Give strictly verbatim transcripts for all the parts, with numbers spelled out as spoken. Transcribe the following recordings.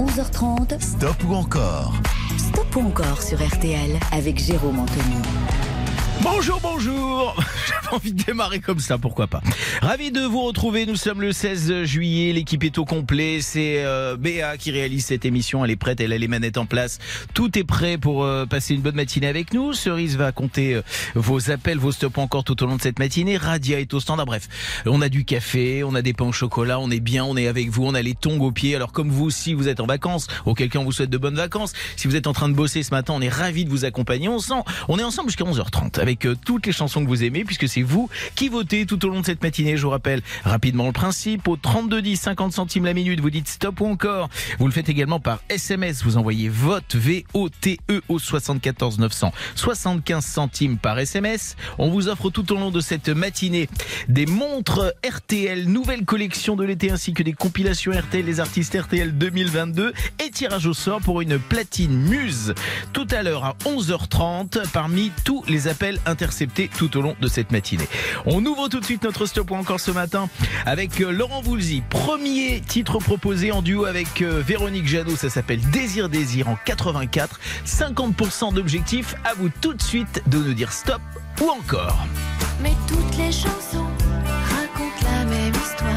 onze heures trente. Stop ou encore? Stop ou encore sur R T L avec Jérôme Anthony. Bonjour, bonjour. J'avais envie de démarrer comme ça, pourquoi pas. Ravi de vous retrouver, nous sommes le seize juillet, l'équipe est au complet, c'est euh, Béa qui réalise cette émission, elle est prête, elle a les manettes en place, tout est prêt pour euh, passer une bonne matinée avec nous. Cerise va compter euh, vos appels, vos stops encore tout au long de cette matinée, Radia est au standard, bref, on a du café, on a des pains au chocolat, on est bien, on est avec vous, on a les tongs aux pieds. Alors comme vous, si vous êtes en vacances, auquel cas on vous souhaite de bonnes vacances, si vous êtes en train de bosser ce matin, on est ravis de vous accompagner, on sent, on est ensemble jusqu'à onze heures trente avec Avec toutes les chansons que vous aimez, puisque c'est vous qui votez tout au long de cette matinée. Je vous rappelle rapidement le principe. Au trente-deux dix, cinquante centimes la minute, vous dites stop ou encore. Vous le faites également par S M S. Vous envoyez vote, V O T E au soixante-quatorze neuf cents. soixante-quinze centimes par S M S. On vous offre tout au long de cette matinée des montres R T L, nouvelle collection de l'été, ainsi que des compilations R T L, les artistes R T L deux mille vingt-deux, et tirage au sort pour une platine Muse. Tout à l'heure à onze heures trente, parmi tous les appels interceptés tout au long de cette matinée. On ouvre tout de suite notre stop ou encore ce matin avec Laurent Voulzy. Premier titre proposé en duo avec Véronique Jeannot, ça s'appelle Désir Désir en quatre-vingt-quatre. cinquante pour cent d'objectifs, à vous tout de suite de nous dire stop ou encore. Mais toutes les chansons racontent la même histoire.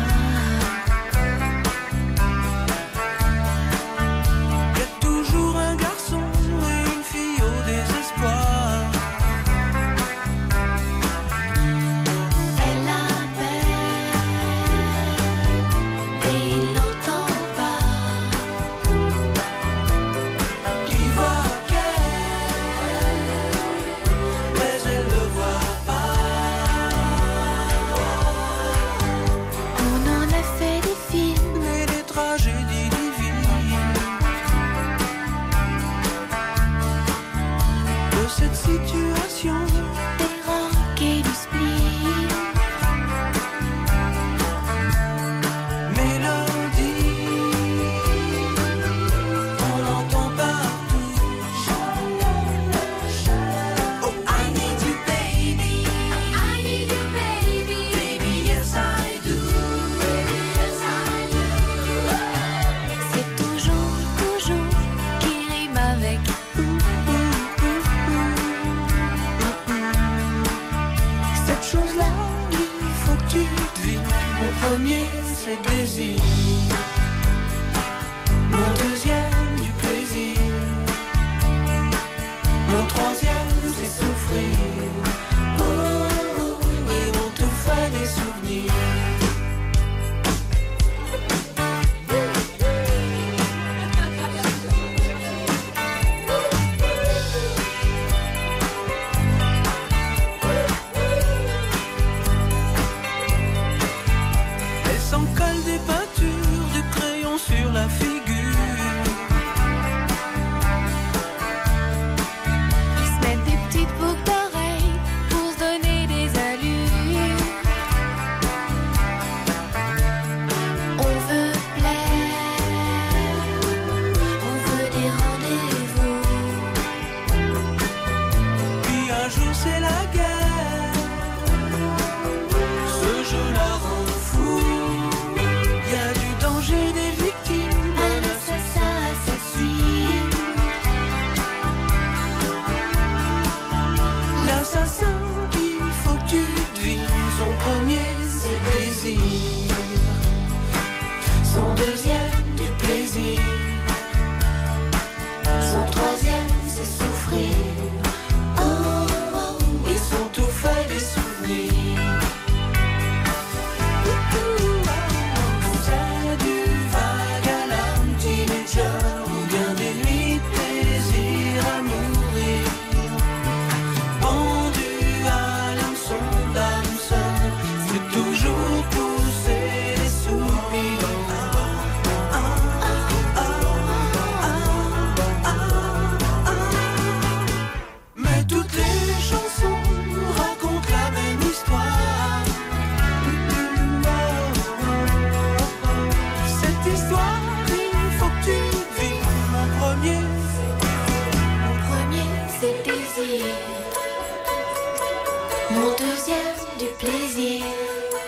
Mon deuxième du plaisir.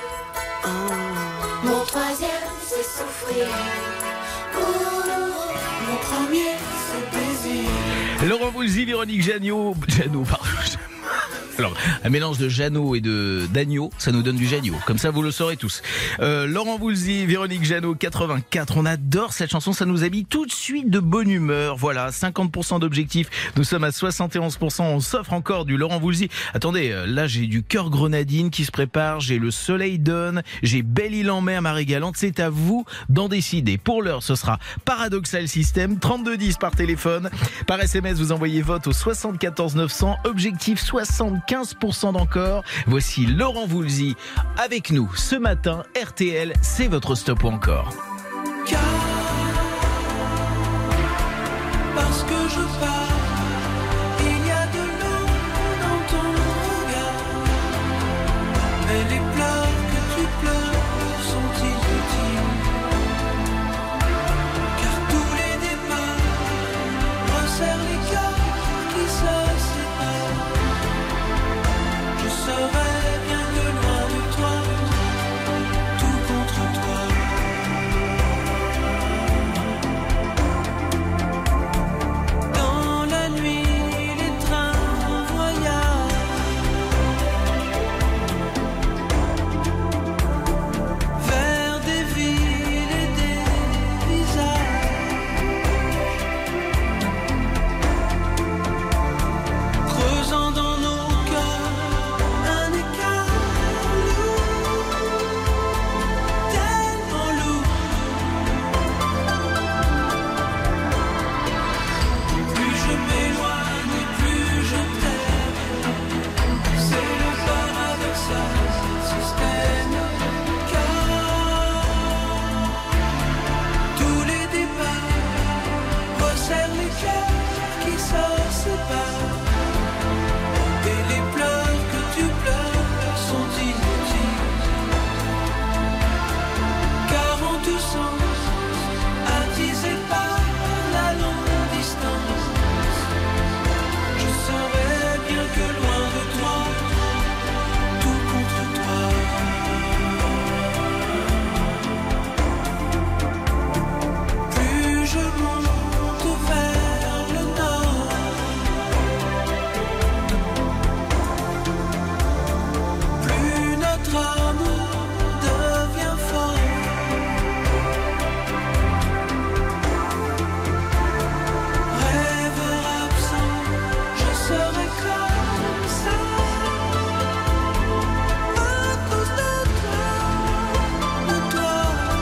Oh. Mon troisième c'est souffrir. Oh. Laurent Voulzy, Véronique Jeannot, Jeannot, pardon. Alors, un mélange de Jeannot et de d'agneau, ça nous donne du Jeannot. Comme ça, vous le saurez tous. Euh, Laurent Voulzy, Véronique Jeannot, quatre-vingt-quatre. On adore cette chanson, ça nous habille tout de suite de bonne humeur. Voilà, cinquante pour cent d'objectifs. Nous sommes à soixante et onze pour cent. On s'offre encore du Laurent Voulzy. Attendez, là, j'ai du Cœur Grenadine qui se prépare. J'ai Le Soleil donne. J'ai Belle-Île en mer, Marie Galante. C'est à vous d'en décider. Pour l'heure, ce sera Paradoxal System. trente-deux dix par téléphone. Par S M S, vous envoyez vote au soixante-quatorze neuf cents. Objectif soixante-quinze pour cent d'encore. Voici Laurent Voulzy avec nous ce matin. R T L, c'est votre stop ou encore. Car, parce que je pars, il y a de l'eau dans ton regard. Mais les pleurs que tu pleures sont inutiles. Car tous les départs resserrent les cœurs qui se séparent. Je serai bien que loin de toi, tout contre toi. Dans la nuit, les trains voyagent vers des villes et des visages, creusant dans nos cœurs un écart lourd, tellement lourd. Plus je m'éloigne et plus je t'aime. C'est le paradoxal système. Car tous les départs resserrent les cœurs qui se séparent. Et les pleurs que tu pleures sont inutiles. Car en tous sens, attisé par la longue distance, je serai bien que loin de toi, tout contre toi. Plus je monte vers le nord, plus notre amour devient fort. Rêveur absent, je serai comme ça, à cause de toi, de toi.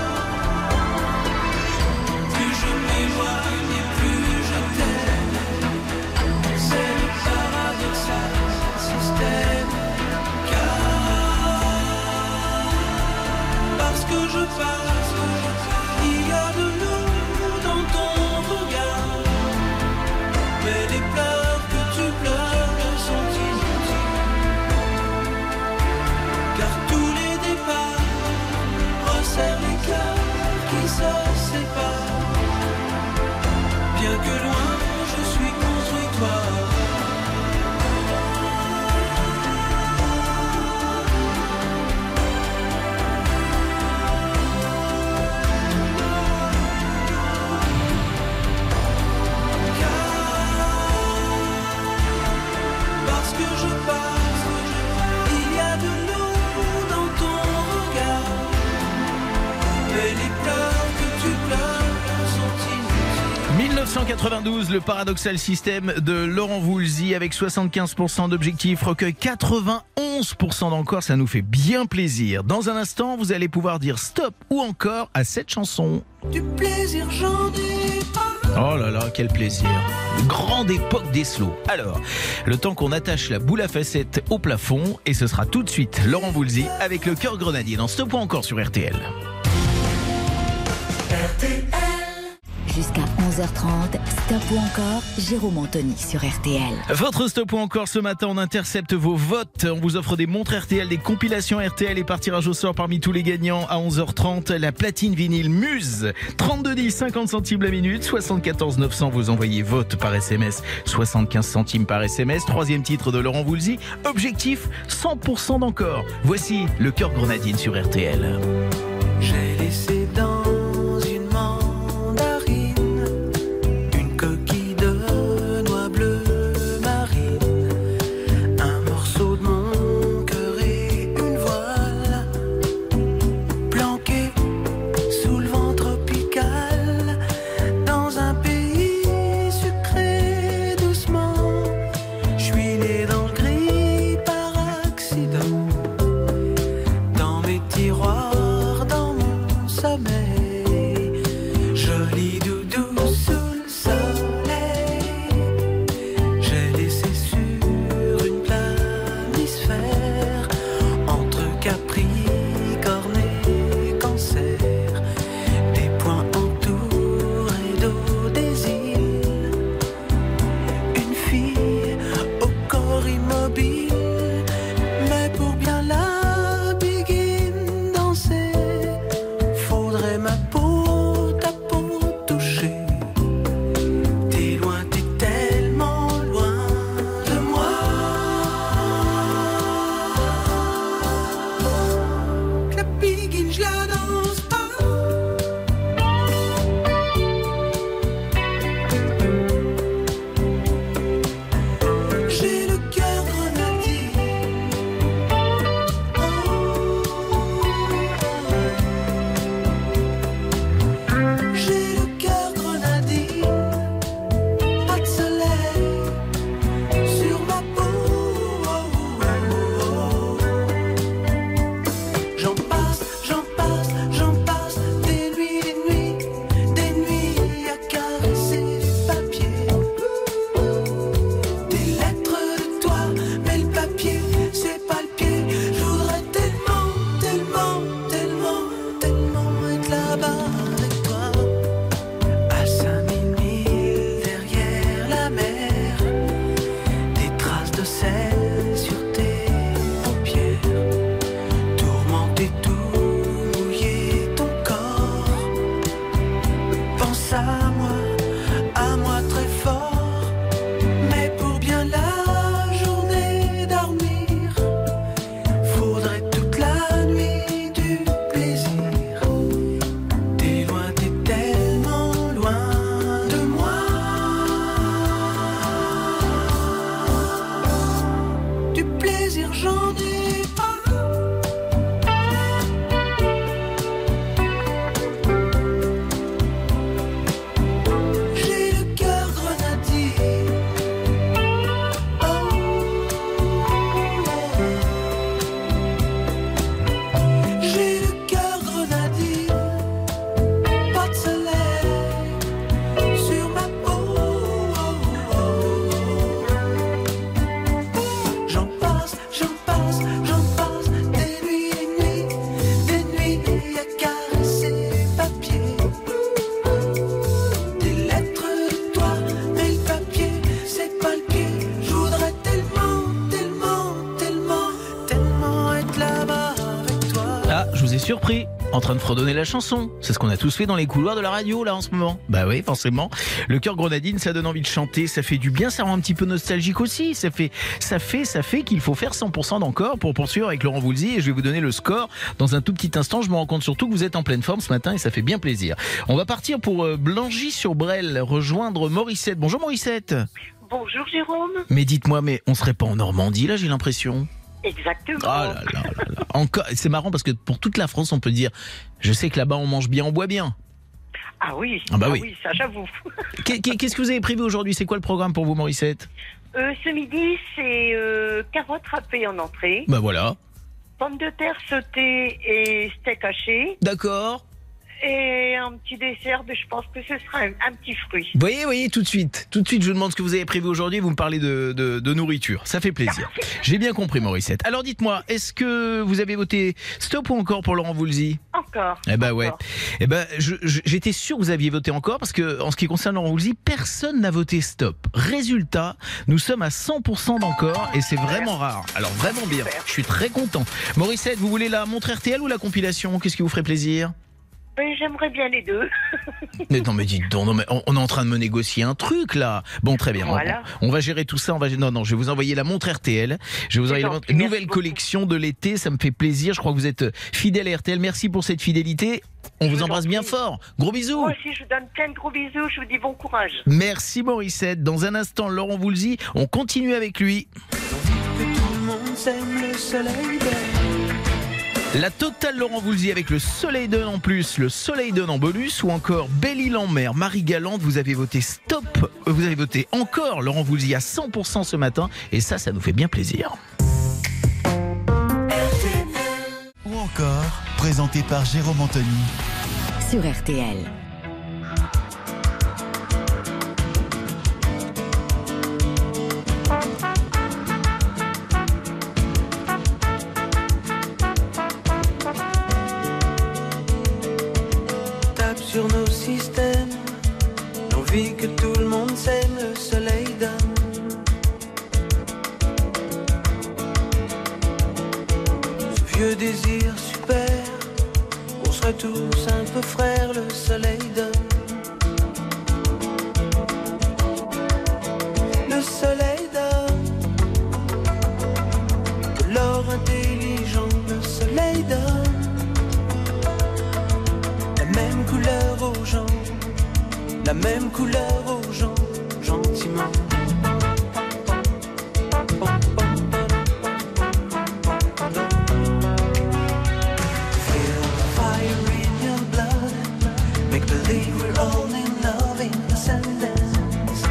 Plus je m'éloigne et plus je t'aime. C'est le paradoxal système. Car parce que je passe, il y a de l'eau dans ton regard. Mais les pleurs que tu pleures sont inutiles. Car tous les départs resserrent les cœurs qui se séparent. Bien que loin, je suis contre toi. Parce que je passe, il y a de l'eau dans ton regard. Mais les pleurs que tu pleures sont inutiles. dix-neuf cent quatre-vingt-douze, le Paradoxal System de Laurent Voulzy avec soixante-quinze pour cent d'objectifs, recueille quatre-vingt-onze pour cent d'encore, ça nous fait bien plaisir. Dans un instant, vous allez pouvoir dire stop ou encore à cette chanson. Du plaisir j'en ai pas. Oh là là, quel plaisir. Grande époque des slows. Alors, le temps qu'on attache la boule à facettes au plafond, et ce sera tout de suite Laurent Voulzy avec le Cœur Grenadine en stop ou encore sur R T L. Jusqu'à onze heures trente, stop ou encore, Jérôme Anthony sur R T L. Votre stop ou encore ce matin, on intercepte vos votes. On vous offre des montres R T L, des compilations R T L et par tirage au sort parmi tous les gagnants à onze heures trente. La platine vinyle Muse, trente-deux dix, cinquante centimes la minute, soixante-quatorze neuf cents. Vous envoyez vote par S M S, soixante-quinze centimes par S M S. Troisième titre de Laurent Voulzy. Objectif, cent pour cent d'encore. Voici le Cœur Grenadine sur R T L. J'ai laissé dans une mandarine une coquille de noix Joli doudou sous le soleil, j'ai laissé sur une planisphère entre Capricorne et Cancer, des points entourés d'eau des îles, une fille au corps immobile, mais pour bien la biguine danser, faudrait ma peau, ta peau toucher. T'es loin, t'es tellement loin de moi, que la biguine je la danse pas. J'ai le cœur grenadier, j'ai le cœur grenadier, pas de soleil sur ma peau. J'en passe, j'en passe, j'en passe, des nuits, des nuits, des nuits à caresser du papier, des lettres de toi, mais le papier, c'est pas le pied. Je voudrais tellement, tellement, tellement, tellement être là-bas avec toi, à cinq mille milles derrière la mer, des traces de sel sur tes paupières, tourmenter tout, mouiller ton corps. Pense à moi, à moi très fort, mais pour bien la journée dormir, faudrait toute la nuit du plaisir. T'es loin, t'es tellement loin de moi, du plaisir j'en ai pas. J'ai le cœur grenadier, oh. J'ai le cœur grenadier, pas de soleil sur ma peau. J'en passe, j'en passe, j'en passe, des nuits, des nuits, des nuits à caresser du papier, des lettres de toi, mais le papier, c'est pas le pied. Je voudrais tellement, tellement, tellement, tellement être là-bas avec toi. Ah, je vous ai surpris en train de fredonner la chanson. C'est ce qu'on a tous fait dans les couloirs de la radio là en ce moment. Bah oui, forcément. Le cœur grenadine, ça donne envie de chanter, ça fait du bien, ça rend un petit peu nostalgique aussi. Ça fait, ça fait, ça fait qu'il faut faire cent pour cent d'encore pour poursuivre avec Laurent Voulzy et je vais vous donner le score dans un tout petit instant. Je me rends compte surtout que vous êtes en pleine forme ce matin et ça fait bien plaisir. On va partir pour euh, Blangy-sur-Brel, rejoindre Morissette. Bonjour Morissette. Bonjour Jérôme. Mais dites-moi, mais on serait pas en Normandie là, j'ai l'impression. Exactement. Ah là là là là. Encore, c'est marrant parce que pour toute la France, on peut dire, je sais que là-bas on mange bien, on boit bien. Ah oui, Ah bah oui. ça j'avoue. Qu'est- Qu'est-ce que vous avez prévu aujourd'hui? C'est quoi le programme pour vous, Morissette? Euh, ce midi, c'est euh, carottes râpées en entrée, Bah voilà. pommes de terre sautées et steak haché, D'accord. et un petit dessert, de, je pense que ce sera un, un petit fruit. Vous voyez, voyez, tout de suite. Tout de suite, je vous demande ce que vous avez prévu aujourd'hui. Vous me parlez de, de, de nourriture. Ça fait plaisir. J'ai bien compris, Morissette. Alors dites-moi, est-ce que vous avez voté stop ou encore pour Laurent Voulzy? Encore. Eh ben ouais. encore. Eh ben, je- je- j'étais sûr que vous aviez voté encore parce que, en ce qui concerne Laurent Voulzy, personne n'a voté stop. Résultat, nous sommes à cent pour cent d'encore et c'est vraiment rare. Alors vraiment bien. Je suis très content. Morissette, vous voulez la montre R T L ou la compilation? Qu'est-ce qui vous ferait plaisir? Mais j'aimerais bien les deux. Mais non, mais dites donc, non, mais on, on est en train de me négocier un truc là. Bon, très bien. on- Voilà. On, va gérer tout ça. On va. Non, non, je vais vous envoyer la montre R T L. Je vais vous C'est envoyer la gentil, montre- une merci nouvelle beaucoup. collection de l'été. Ça me fait plaisir. Je crois que vous êtes fidèle à R T L. Merci pour cette fidélité. On vous vous en embrasse bien prie. fort. Gros bisous. Moi aussi, je vous donne plein de gros bisous. Je vous dis bon courage. Merci Morissette. Dans un instant, Laurent Voulzy. On continue avec lui. Que tout le monde sème le soleil d'or. La totale Laurent Voulzy avec le Soleil donne en plus, le Soleil donne en bonus ou encore Belle-Île en mer, Marie Galante. Vous avez voté stop, euh, vous avez voté encore Laurent Voulzy à cent pour cent ce matin et ça, ça nous fait bien plaisir. Ou encore, présenté par Jérôme Anthony. Sur R T L. Suffit que tout le monde s'aime, le soleil donne. Ce vieux désir super, qu'on serait tous un peu frères, le soleil donne. Le soleil donne de l'or intelligent, le soleil donne la même couleur aux gens, la même couleur aux gens, gentiment. Feel the fire in your blood, make believe we're all in love in the sentence.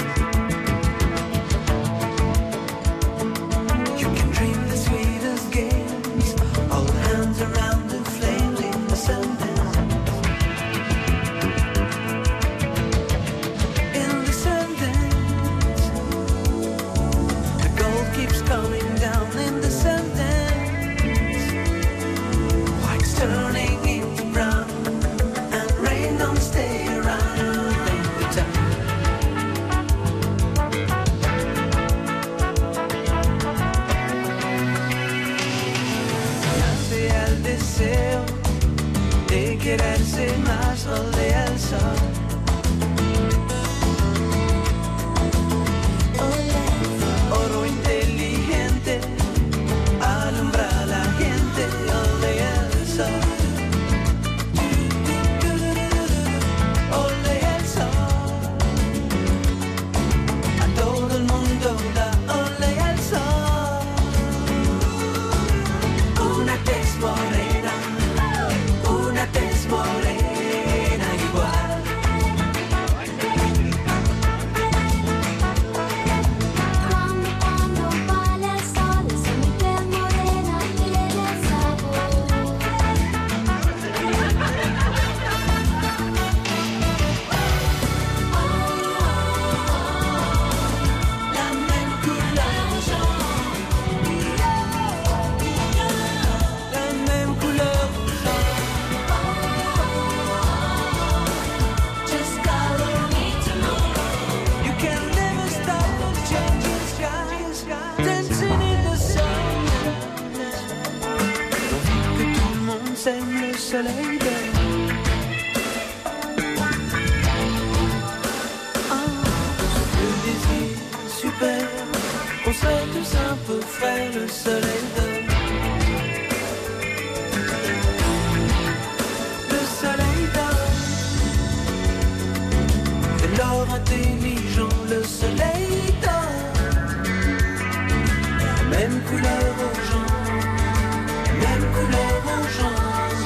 You can dream the sweetest games, all hands around the flames in the sentence. Coming down in the sentence, white's turning into brown, and rain don't stay around in the town. Nace el deseo de quererse más, rodea el sol. Oro inteligente alumbra a la gente, ole el sol, ole el sol, a todo el mundo da ole el sol. Una tez morena, una tez morena igual. Le soleil donne. Ah, le désir super, on serait tous un peu frères, le soleil donne. Le soleil donne de l'or intelligent, le soleil donne la même couleur aux gens, la même couleur aux gens.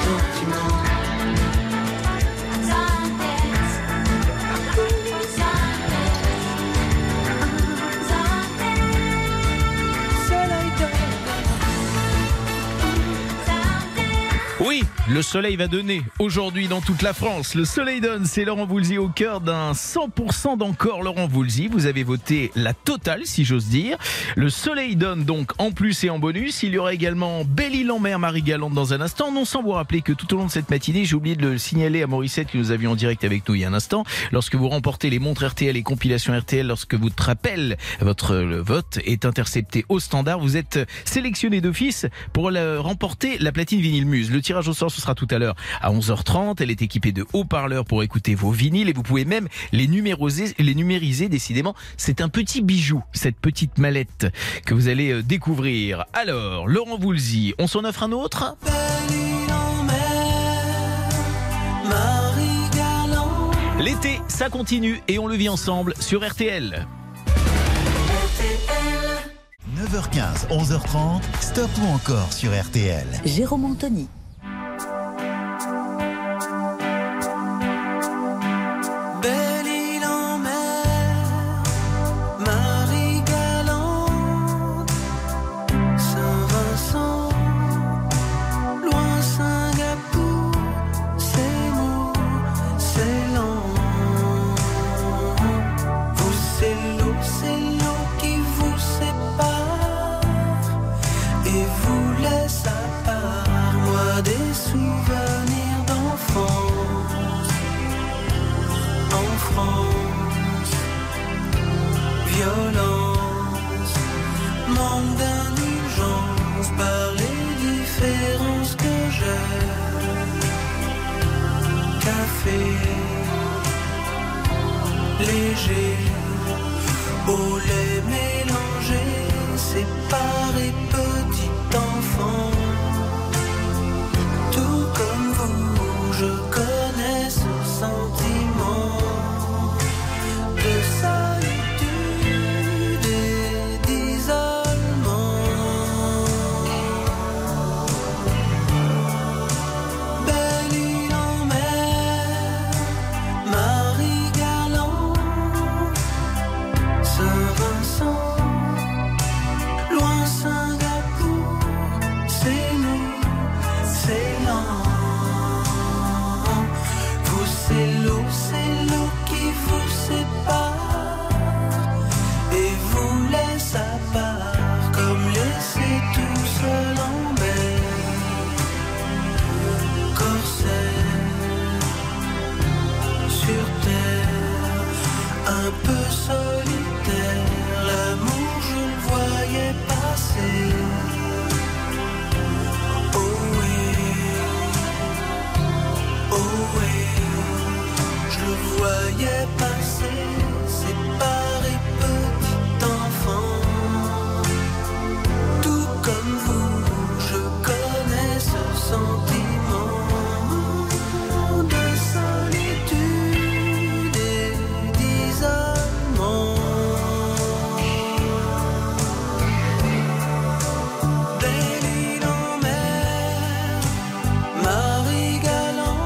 Oui, le soleil va donner aujourd'hui dans toute la France. Le soleil donne, c'est Laurent Voulzy au cœur d'un cent pour cent d'encore Laurent Voulzy. Vous avez voté la totale, si j'ose dire. Le soleil donne donc en plus et en bonus. Il y aura également Belle-Île-en-Mer, Marie Galante dans un instant. Non sans vous rappeler que tout au long de cette matinée, j'ai oublié de le signaler à Morissette que nous avions en direct avec nous il y a un instant. Lorsque vous remportez les montres R T L et compilations R T L, lorsque votre rappel, votre le vote est intercepté au standard, vous êtes sélectionné d'office pour le, remporter la platine vinyle Muse. Le tirage au sort, ce sera tout à l'heure à onze heures trente. Elle est équipée de haut-parleurs pour écouter vos vinyles et vous pouvez même les numériser, les numériser. Décidément, c'est un petit bijou, cette petite mallette que vous allez découvrir. Alors, Laurent Voulzy, on s'en offre un autre ? L'été, ça continue et on le vit ensemble sur R T L. neuf heures quinze, onze heures trente, Stop ou encore sur R T L. Jérôme Anthony. Souvenirs d'enfance en France. violence, manque d'indulgence par les différences que j'ai. Café léger, au lait mélangé, séparé petit enfant. Tout comme vous, je connais ce sentiment de solitude et d'isolement. Belle île en mer, Marie-Galante, Saint-Vincent, loin Singapour, c'est nous, c'est lent. Vous, c'est l'eau, c'est l'eau qui vous sépare et vous laisse à part, comme laissé tout seul en mer. Corsaire sur terre, un peu solitaire, l'amour je le voyais passer. Oh oui, oh oui, je le voyais passer, séparé petit enfant. Tout comme vous, je connais ce sentiment de solitude et d'isolement. Belle île en mer, Marie-Galante,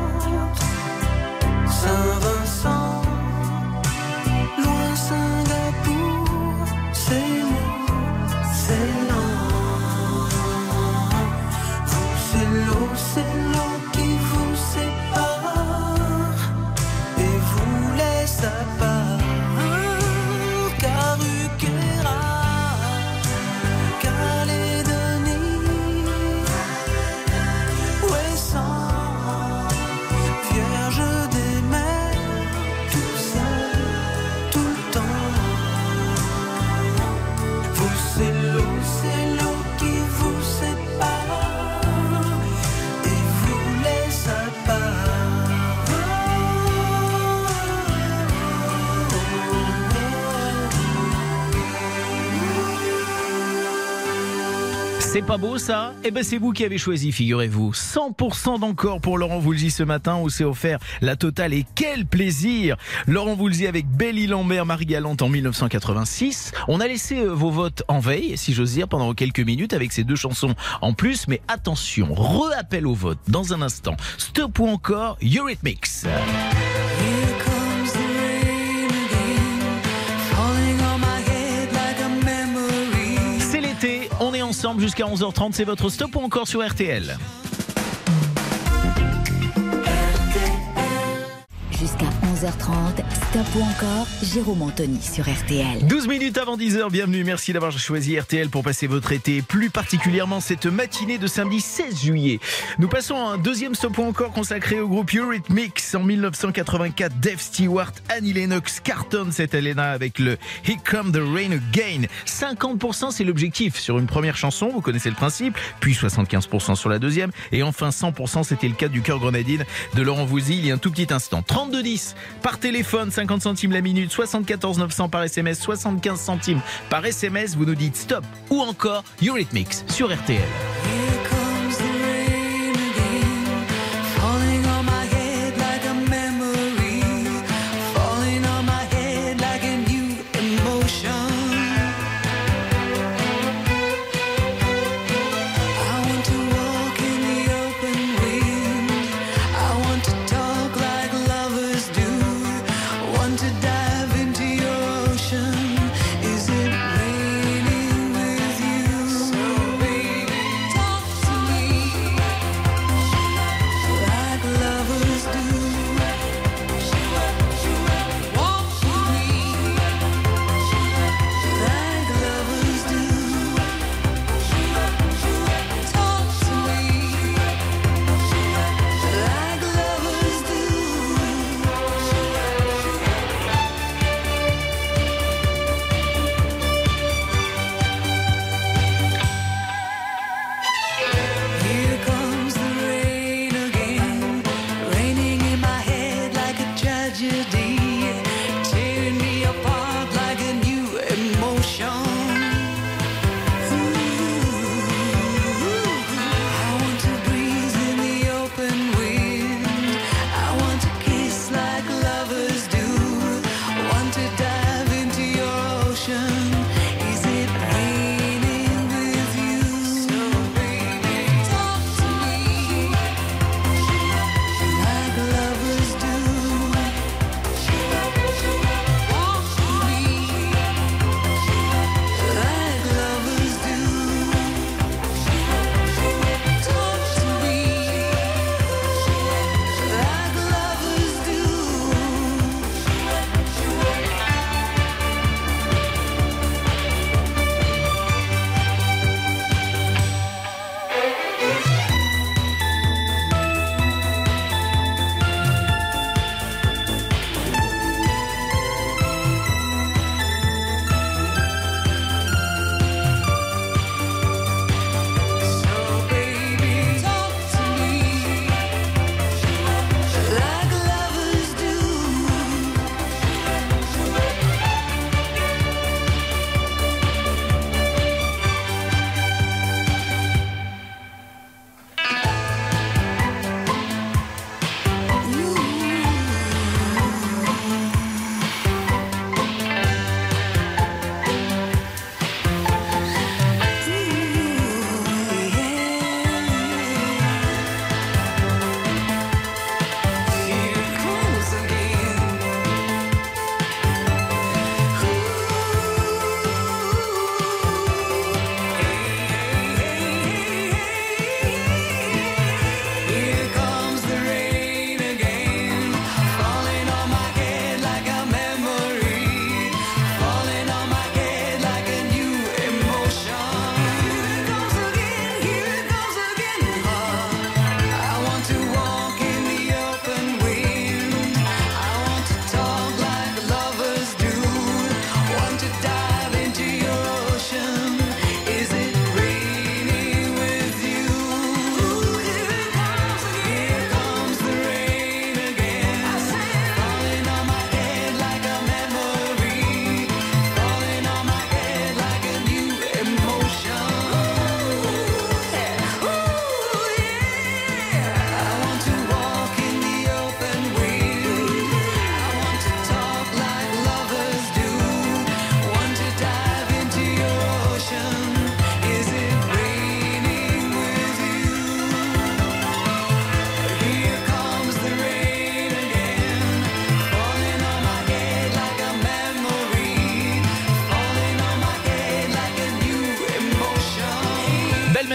Saint-Vincent, loin Singapour, c'est nous, c'est lent. Vous, c'est l'eau, c'est l'eau qui vous sépare et vous laisse à part. Caruquera, Calédonie, Ouessant, Vierge des mers, tout seul, tout le temps. Vous, c'est l'eau, c'est l'eau qui vous sépare et vous laisse à part. C'est pas beau ça? Eh ben c'est vous qui avez choisi, figurez-vous. cent pour cent d'encore pour Laurent Voulzy ce matin où c'est offert la totale et quel plaisir. Laurent Voulzy avec Belle île en mer, Marie-Galante en mille neuf cent quatre-vingt-six. On a laissé euh, vos votes en veille, si j'ose dire, pendant quelques minutes avec ces deux chansons en plus. Mais attention, re-appel au vote dans un instant. Stop ou encore Eurythmics. Here comes the rain again, falling on my head like a memory. C'est l'été, on est ensemble jusqu'à onze heures trente. C'est votre Stop ou encore sur R T L. Jusqu'à onze heures trente, Stop ou encore, Jérôme Anthony sur R T L. douze minutes avant dix heures, bienvenue, merci d'avoir choisi R T L pour passer votre été, plus particulièrement cette matinée de samedi seize juillet. Nous passons à un deuxième Stop ou encore consacré au groupe Eurythmics. En mille neuf cent quatre-vingt-quatre, Dave Stewart, Annie Lennox cartonne cette Elena avec le Here Come the Rain Again. cinquante pour cent c'est l'objectif sur une première chanson, vous connaissez le principe, puis soixante-quinze pour cent sur la deuxième, et enfin cent pour cent c'était le cas du Cœur Grenadine de Laurent Voulzy il y a un tout petit instant. trente-deux dix par téléphone, cinquante centimes la minute, soixante-quatorze neuf cents par S M S, soixante-quinze centimes par S M S, vous nous dites stop ou encore Eurythmics sur R T L. Here comes the rain again, falling on my head like a memory, falling on my head like a new emotion. I want to walk in the open wind, I want to talk like lovers do, want to dive into your ocean. Is it raining with you? So baby, talk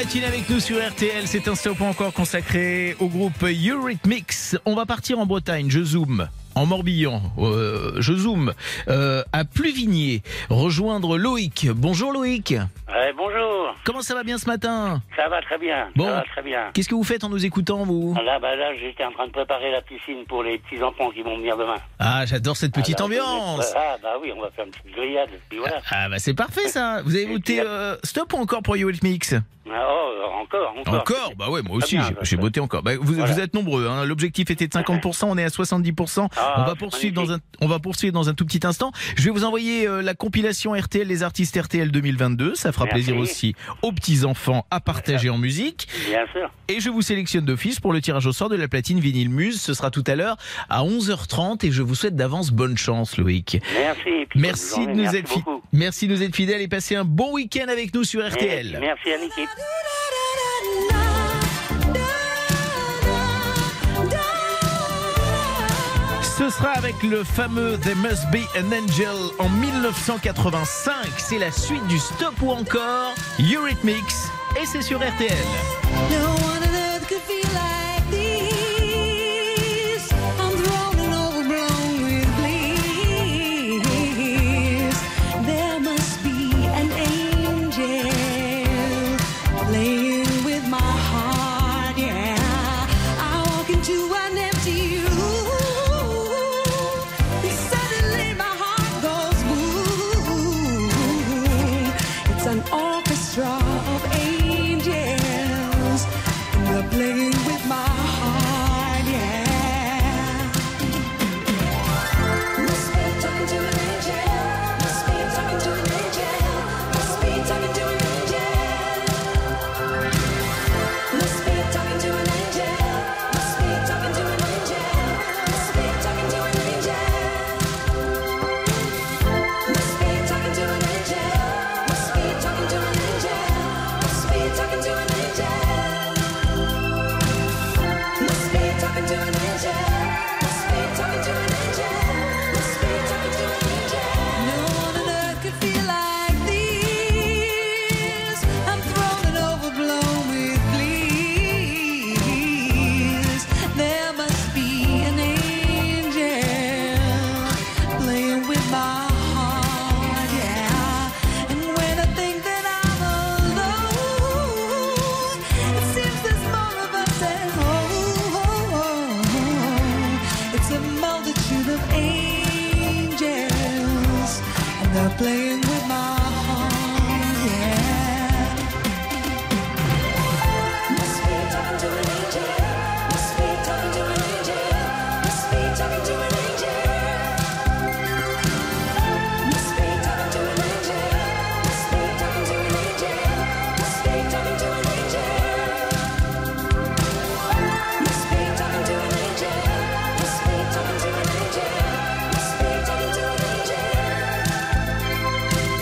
matinée avec nous sur R T L. C'est un stop encore consacré au groupe Eurythmics. On va partir en Bretagne. Je zoome. En Morbihan, euh, je zoome euh, à Pluvigné, rejoindre Loïc. Bonjour Loïc. Ouais, bonjour. Comment ça va bien ce matin? Ça va très bien. Bon. Ça va très bien. Qu'est-ce que vous faites en nous écoutant, vous? Là, bah là, j'étais en train de préparer la piscine pour les petits enfants qui vont venir demain. Ah, j'adore cette petite Alors, ambiance. je vais- Ah bah oui, on va faire une petite grillade. Puis voilà. Ah bah c'est parfait ça. Vous avez Et voté puis, euh, stop ou encore pour Eurythmics? Ah, oh, encore, encore. Encore? Bah ouais, moi Très aussi, bien, j'ai- ça, j'ai ça. voté encore. Bah, vous, Voilà. vous êtes nombreux, hein. L'objectif était de cinquante pour cent, on est à soixante-dix pour cent. Ah, on va c'est poursuivre dans un, magnifique. on va poursuivre dans un tout petit instant. Je vais vous envoyer euh, la compilation R T L, les artistes R T L deux mille vingt-deux. Ça fera Merci. plaisir aussi aux petits enfants à partager en musique. Bien sûr. Et je vous sélectionne d'office pour le tirage au sort de la platine vinyle Muse. Ce sera tout à l'heure à onze heures trente et je vous souhaite d'avance bonne chance, Loïc. Merci. Et puis, bonne Merci de journée. nous Merci être fi- beaucoup. merci de nous être fidèles et passez un bon week-end avec nous sur R T Et L. Merci à l'équipe. Ce sera avec le fameux There Must Be an Angel en mille neuf cent quatre-vingt-cinq. C'est la suite du Stop ou encore Eurythmics et c'est sur R T L. No one on earth could feel like this. I'm thrown and overblown with bliss. There must be an angel playing with my heart, yeah. I walk into an empty room and suddenly my heart goes boom. It's an orchestra of angels and they're playing with my heart, yeah. Must be talking to an angel. Must be talking to an angel. Must be talking to an angel. Must be talking to an angel. Must be talking to an angel. Must be talking to an angel. Must be talking to an angel. Must be talking to an angel. Must be talking to an angel. Must be talking to an angel. Must be talking to an angel. Must be talking to an angel. No one on earth could feel like this. I'm thrown and overblown with bliss. There must be an angel playing with my heart, yeah. And when I think that I'm alone, it seems there's more of us at home. It's a multitude of angels, and they're playing with my heart, yeah. Must be talking to an angel. Must be talking to an angel. Must be talking to an angel. Must be talking to an angel. Must be talking to an angel. Must be talking to an angel. Must be talking to an angel. Must be talking to an angel. Must be talking to an angel.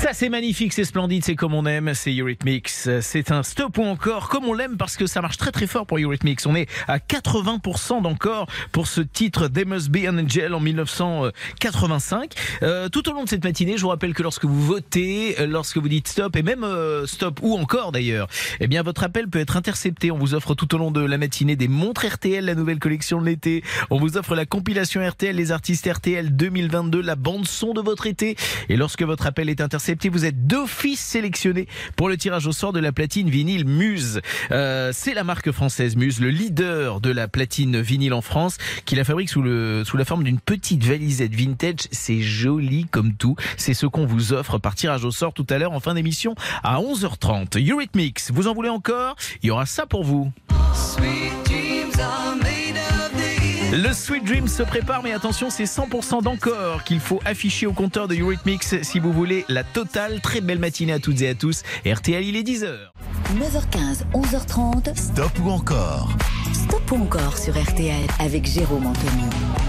Ça c'est magnifique, c'est splendide, c'est comme on aime, c'est Eurythmics. C'est un stop ou encore comme on l'aime parce que ça marche très très fort pour Eurythmics. On est à quatre-vingts pour cent d'encore pour ce titre There Must Be an Angel en mille neuf cent quatre-vingt-cinq. Euh, tout au long de cette matinée, je vous rappelle que lorsque vous votez, lorsque vous dites stop et même euh, stop ou encore d'ailleurs, eh bien votre appel peut être intercepté. On vous offre tout au long de la matinée des montres R T L, la nouvelle collection de l'été. On vous offre la compilation R T L, les artistes R T L deux mille vingt-deux, la bande son de votre été. Et lorsque votre appel est intercepté, vous êtes d'office sélectionné pour le tirage au sort de la platine vinyle Muse. Euh, c'est la marque française Muse, le leader de la platine vinyle en France, qui la fabrique sous, le, sous la forme d'une petite valisette vintage. C'est joli comme tout. C'est ce qu'on vous offre par tirage au sort tout à l'heure en fin d'émission à onze heures trente. Eurythmics, vous en voulez encore? Il y aura ça pour vous. Sweet dreams are made of these. Le Sweet Dream se prépare, mais attention, c'est cent pour cent d'encore qu'il faut afficher au compteur de Eurythmics si vous voulez la totale. Très belle matinée à toutes et à tous. R T L, il est dix heures. neuf heures quinze, onze heures trente. Stop ou encore? Stop ou encore sur R T L avec Jérôme Anthony.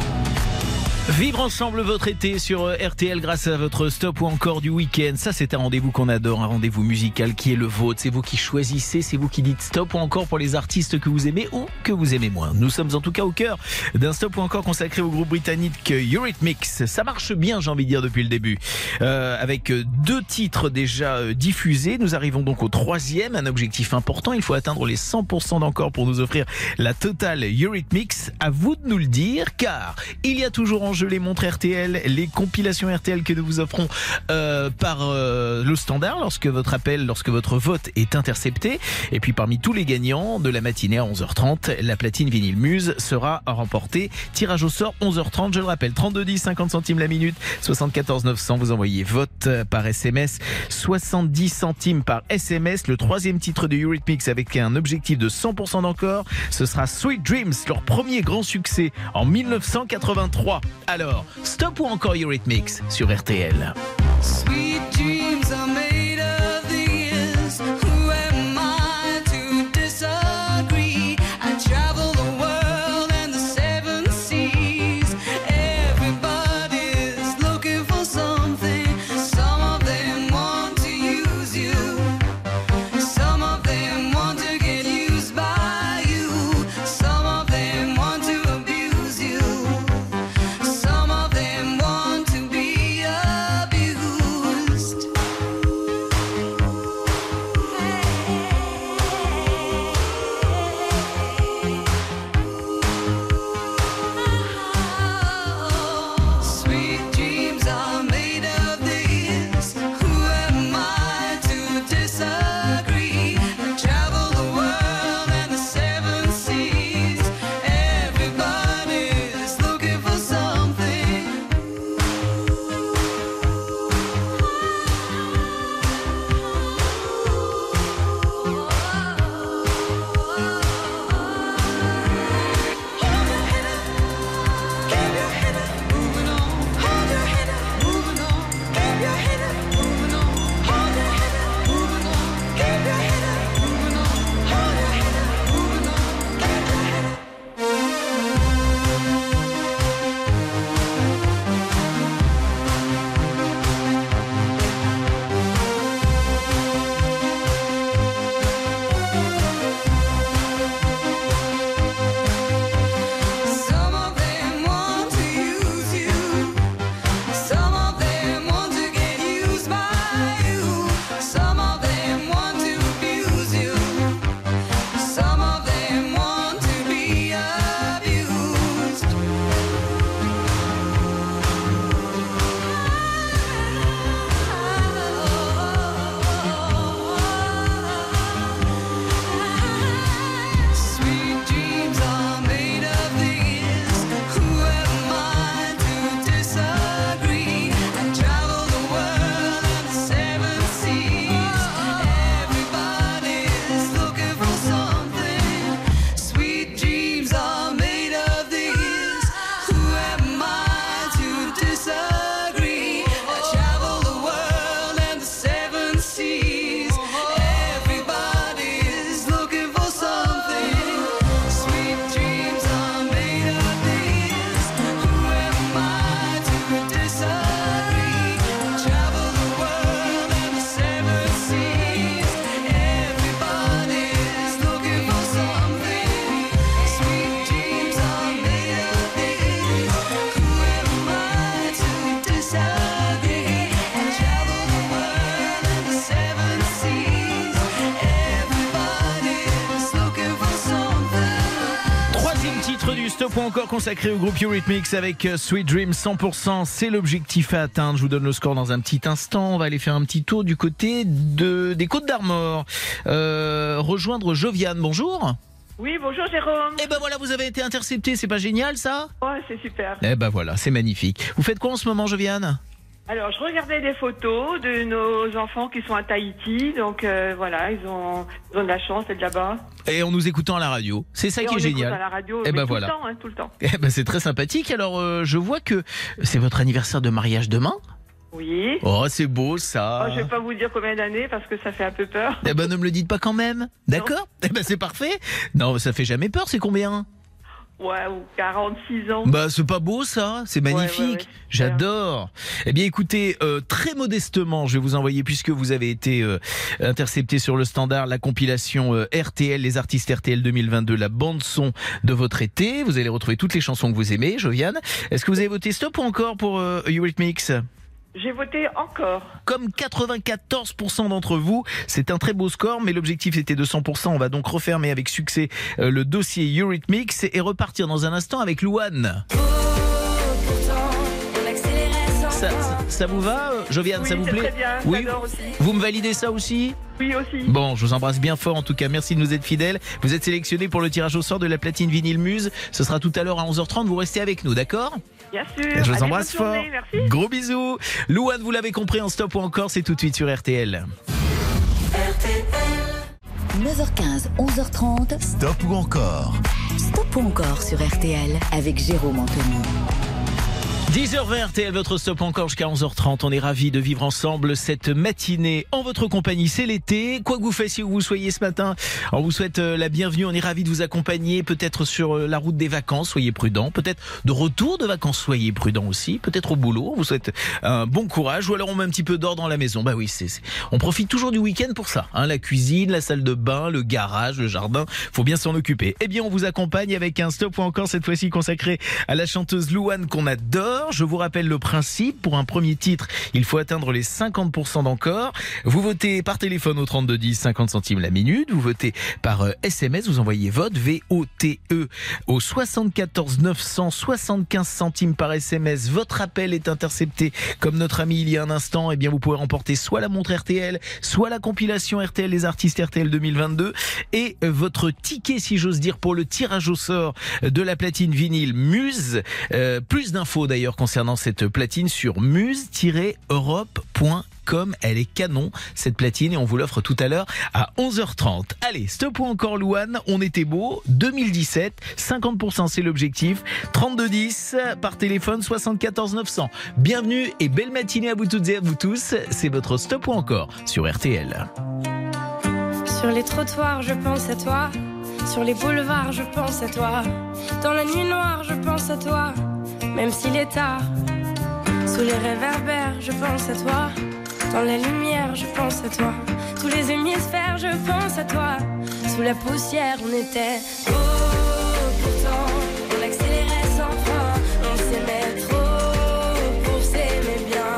Vivre ensemble votre été sur R T L grâce à votre stop ou encore du week-end. Ça, c'est un rendez-vous qu'on adore, un rendez-vous musical qui est le vôtre. C'est vous qui choisissez, c'est vous qui dites stop ou encore pour les artistes que vous aimez ou que vous aimez moins. Nous sommes en tout cas au cœur d'un stop ou encore consacré au groupe britannique Eurythmics. Ça marche bien, j'ai envie de dire, depuis le début. Euh, avec deux titres déjà diffusés, nous arrivons donc au troisième, un objectif important. Il faut atteindre les cent pour cent d'encore pour nous offrir la totale Eurythmics. À vous de nous le dire, car il y a toujours en jeu les montres R T L, les compilations R T L que nous vous offrons euh, par euh, le standard lorsque votre appel, lorsque votre vote est intercepté. Et puis parmi tous les gagnants de la matinée à onze heures trente, la platine vinyle Muse sera remportée. Tirage au sort onze heures trente, je le rappelle, trente-deux dix, cinquante centimes la minute, soixante-quatorze neuf cents, vous envoyez vote par S M S, soixante-dix centimes par S M S. Le troisième titre de Eurythmics avec un objectif de cent pour cent d'encore, ce sera Sweet Dreams, leur premier grand succès en mille neuf cent quatre-vingt-trois. Alors, stop ou encore Eurythmics sur R T L. Sweet dreams are made of these. Who am I to disagree? I travel the world and the seven seas. Everybody's looking for something. Some of them want to use you. Some of them want to get used by you. Some of them want to abuse you. Some of them want to be abused. Stop ou encore consacré au groupe Eurythmics avec Sweet Dream cent pour cent. C'est l'objectif à atteindre. Je vous donne le score dans un petit instant. On va aller faire un petit tour du côté de, des Côtes d'Armor. Euh, rejoindre Joviane. Bonjour. Oui, bonjour Jérôme. Et ben voilà, vous avez été intercepté. C'est pas génial ça? Ouais, c'est super. Eh ben voilà, c'est magnifique. Vous faites quoi en ce moment, Joviane? Alors, je regardais des photos de nos enfants qui sont à Tahiti. Donc euh, voilà, ils ont, ils ont de la chance d'être là-bas. Et en nous écoutant à la radio. C'est ça Et qui on est écoute génial. à la radio, Eh mais ben tout voilà. le temps, hein, tout le temps. Eh ben c'est très sympathique. Alors euh, je vois que c'est votre anniversaire de mariage demain. Oui. Oh, c'est beau ça. Oh, je vais pas vous dire combien d'années parce que ça fait un peu peur. Eh ben ne me le dites pas quand même. D'accord? Eh ben c'est parfait. Non, ça fait jamais peur, c'est combien? Ouais, ou quarante-six ans. Bah c'est pas beau ça, c'est magnifique, Ouais, ouais, ouais. j'adore. Eh bien écoutez, euh, très modestement, je vais vous envoyer, puisque vous avez été euh, intercepté sur le standard, la compilation euh, R T L, les artistes R T L deux mille vingt-deux, la bande son de votre été. Vous allez retrouver toutes les chansons que vous aimez, Joviane. Est-ce que vous avez voté stop ou encore pour euh, Eurythmics? J'ai voté encore. Comme quatre-vingt-quatorze pour cent d'entre vous, c'est un très beau score, mais l'objectif était de cent pour cent. On va donc refermer avec succès euh, le dossier Eurythmics et repartir dans un instant avec Louane. Ça, ça, ça vous va, euh, Joviane, Oui, ça vous c'est plaît? très bien, Oui. j'adore aussi. Vous me validez ça aussi? Oui, aussi. Bon, je vous embrasse bien fort en tout cas. Merci de nous être fidèles. Vous êtes sélectionnés pour le tirage au sort de la platine vinyle Muse. Ce sera tout à l'heure à onze heures trente. Vous restez avec nous, d'accord? Bien sûr. Je vous Allez, embrasse bonne fort. journée, merci. Gros bisous. Louane, vous l'avez compris, en stop ou encore, c'est tout de suite sur R T L. neuf heures quinze, onze heures trente. Stop ou encore? Stop ou encore sur R T L avec Jérôme Anthony. dix heures vingt R T L, votre stop encore jusqu'à onze heures trente. On est ravis de vivre ensemble cette matinée en votre compagnie. C'est l'été. Quoi que vous fassiez où vous soyez ce matin, on vous souhaite la bienvenue. On est ravis de vous accompagner. Peut-être sur la route des vacances, soyez prudents. Peut-être de retour de vacances, soyez prudents aussi. Peut-être au boulot, on vous souhaite un bon courage. Ou alors on met un petit peu d'ordre dans la maison. Bah oui, c'est, c'est... on profite toujours du week-end pour ça. Hein, la cuisine, la salle de bain, le garage, le jardin. Faut bien s'en occuper. Eh bien, on vous accompagne avec un stop ou encore cette fois-ci consacré à la chanteuse Louane qu'on adore. Je vous rappelle le principe. Pour un premier titre, il faut atteindre les cinquante pour cent d'encore. Vous votez par téléphone au trente-deux dix, cinquante centimes la minute. Vous votez par euh, S M S. Vous envoyez vote, V O T E, au soixante-quatorze neuf cents, soixante-quinze centimes par S M S. Votre appel est intercepté. Comme notre ami il y a un instant, eh bien, vous pouvez remporter soit la montre R T L, soit la compilation R T L, les artistes R T L deux mille vingt-deux, et euh, votre ticket, si j'ose dire, pour le tirage au sort de la platine vinyle Muse. Euh, plus d'infos d'ailleurs concernant cette platine sur muse tiret europe point com. Elle est canon cette platine et on vous l'offre tout à l'heure à onze heures trente. Allez, stop ou encore Louane, on était beau. deux mille dix-sept, cinquante pour cent c'est l'objectif. trente-deux dix par téléphone, soixante-quatorze neuf cents. Bienvenue et belle matinée à vous toutes et à vous tous. C'est votre stop ou encore sur R T L. Sur les trottoirs, je pense à toi. Sur les boulevards, je pense à toi. Dans la nuit noire, je pense à toi. Même s'il est tard, sous les réverbères, je pense à toi. Dans la lumière, je pense à toi. Tous les hémisphères, je pense à toi. Sous la poussière, on était beau. Pourtant, on accélérait sans frein. On s'aimait trop pour s'aimer bien.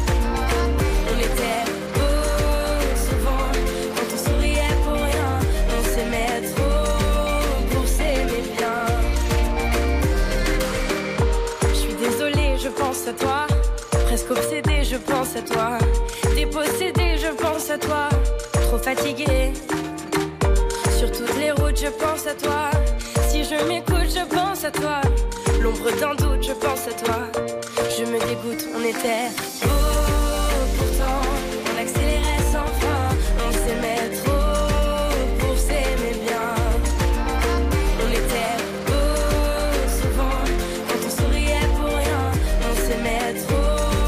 On était beau souvent quand on souriait pour rien. On s'aimait trop pour s'aimer bien. Je suis désolée, je pense à toi. Presque obsédée, je pense à toi. Dépossédée, je pense à toi. Trop fatiguée. Sur toutes les routes, je pense à toi. Si je m'écoute, je pense à toi. L'ombre d'un doute, je pense à toi. Je me dégoûte, on était beau. Pourtant, on accélérait sans frein. On s'aimait trop pour s'aimer bien. On était beau souvent quand on souriait pour rien. On s'aimait trop.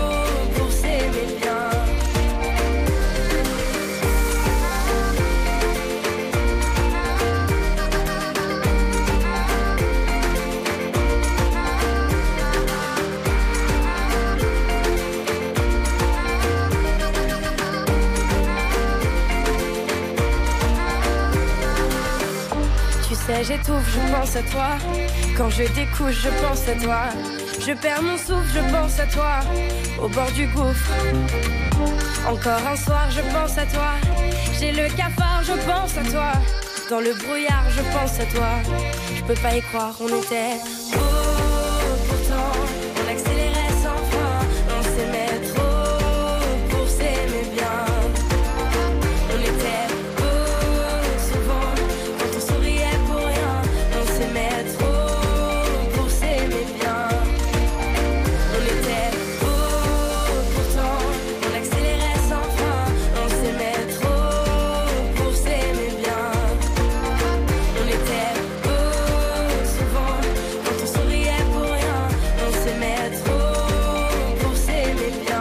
J'étouffe, je pense à toi. Quand je découche, je pense à toi. Je perds mon souffle, je pense à toi. Au bord du gouffre. Encore un soir, je pense à toi. J'ai le cafard, je pense à toi. Dans le brouillard, je pense à toi. Je peux pas y croire, on était beaux. Pourtant, on accélérait sans frein. On s'aimait trop pour s'aimer bien. On était beaux souvent quand on souriait pour rien. On s'aimait trop pour s'aimer bien. On était beaux pourtant, on accélérait sans frein. On s'aimait trop pour s'aimer bien. On était beaux souvent quand on souriait pour rien. On s'aimait trop pour s'aimer bien.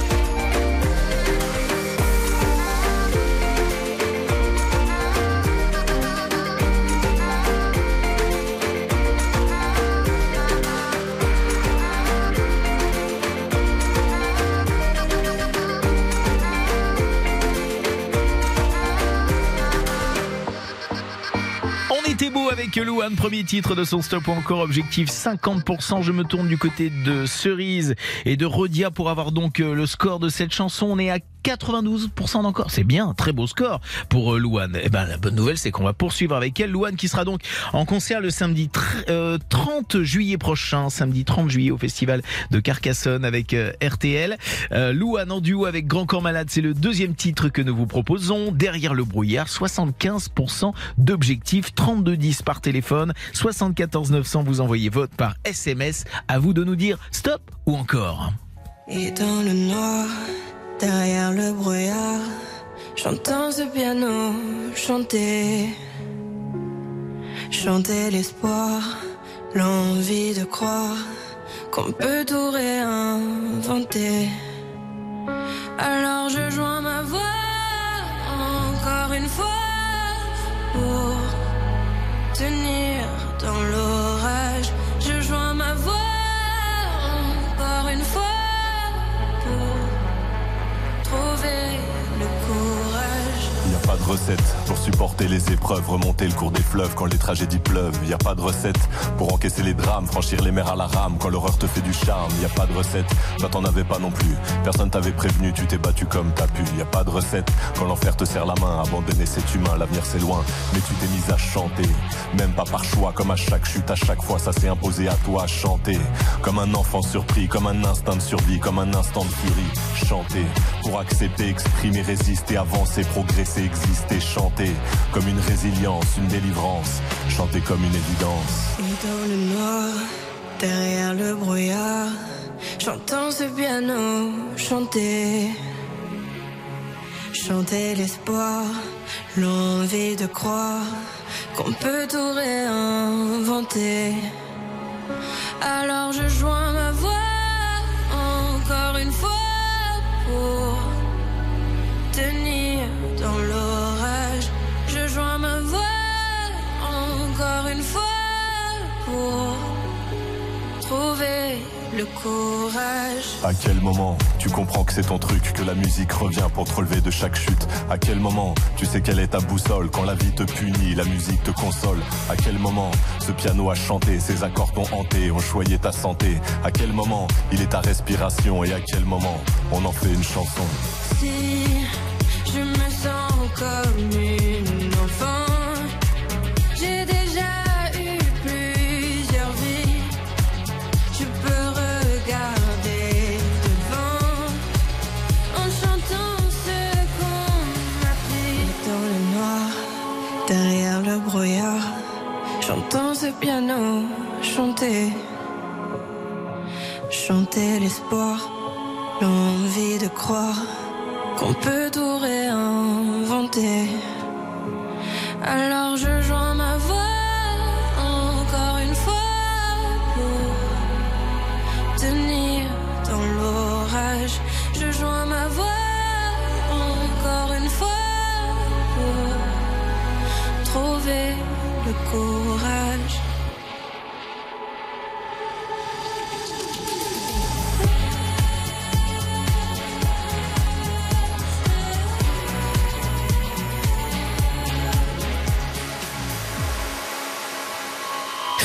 On était beau avec Louane, premier titre de son Stop ou encore, objectif cinquante pour cent. Je me tourne du côté de Cerise et de Rodia pour avoir donc euh, le score de cette chanson. On est à quatre-vingt-douze pour cent d'encore. C'est bien, très beau score pour euh, Louane. Et ben la bonne nouvelle, c'est qu'on va poursuivre avec elle. Louane qui sera donc en concert le samedi tr- euh, trente juillet prochain, samedi trente juillet au festival de Carcassonne avec euh, R T L. Euh, Louane en duo avec Grand Corps Malade, c'est le deuxième titre que nous vous proposons. Derrière le brouillard, soixante-quinze pour cent d'objectifs, trente-deux dix par téléphone, soixante-quatorze neuf cents, vous envoyez vote par S M S. À vous de nous dire stop ou encore. Et dans le noir, derrière le brouillard, j'entends ce piano chanter. Chanter l'espoir, l'envie de croire qu'on peut tout réinventer. Alors je joins ma voix encore une fois pour tenir dans l'orage. Je joins ma voix encore une fois pour trouver le courage. Y a pas de recette pour supporter les épreuves, remonter le cours des fleuves quand les tragédies pleuvent. Y a pas de recette pour encaisser les drames, franchir les mers à la rame quand l'horreur te fait du charme. Y a pas de recette, toi t'en avais pas non plus. Personne t'avait prévenu, tu t'es battu comme t'as pu. Y a pas de recette quand l'enfer te serre la main, abandonner c'est humain, l'avenir c'est loin. Mais tu t'es mise à chanter, même pas par choix, comme à chaque chute, à chaque fois ça s'est imposé à toi. Chanter comme un enfant surpris, comme un instinct de survie, comme un instant de furie. Chanter pour accepter, exprimer, résister, avancer, progresser, exister. Chanter comme une résilience, une délivrance. Chanter comme une évidence. Et dans le noir, derrière le brouillard, j'entends ce piano chanter. Chanter l'espoir, l'envie de croire qu'on peut tout réinventer. Alors je joins ma voix encore une fois pour tenir dans l'orage. Je joins ma voix encore une fois pour trouver le courage. À quel moment tu comprends que c'est ton truc, que la musique revient pour te relever de chaque chute? À quel moment tu sais quelle est ta boussole? Quand la vie te punit, la musique te console. À quel moment ce piano a chanté, ses accords t'ont hanté, ont choyé ta santé? À quel moment il est ta respiration? Et à quel moment on en fait une chanson? Si je me sens comme une enfant, j'ai déjà eu plusieurs vies. Je peux regarder devant en chantant ce qu'on m'a pris. Dans le noir, derrière le brouillard, j'entends ce piano chanter. Chanter l'espoir, l'envie de croire qu'on peut tout réinventer. Alors je joins ma voix encore une fois pour tenir dans l'orage. Je joins ma voix encore une fois pour trouver le courage.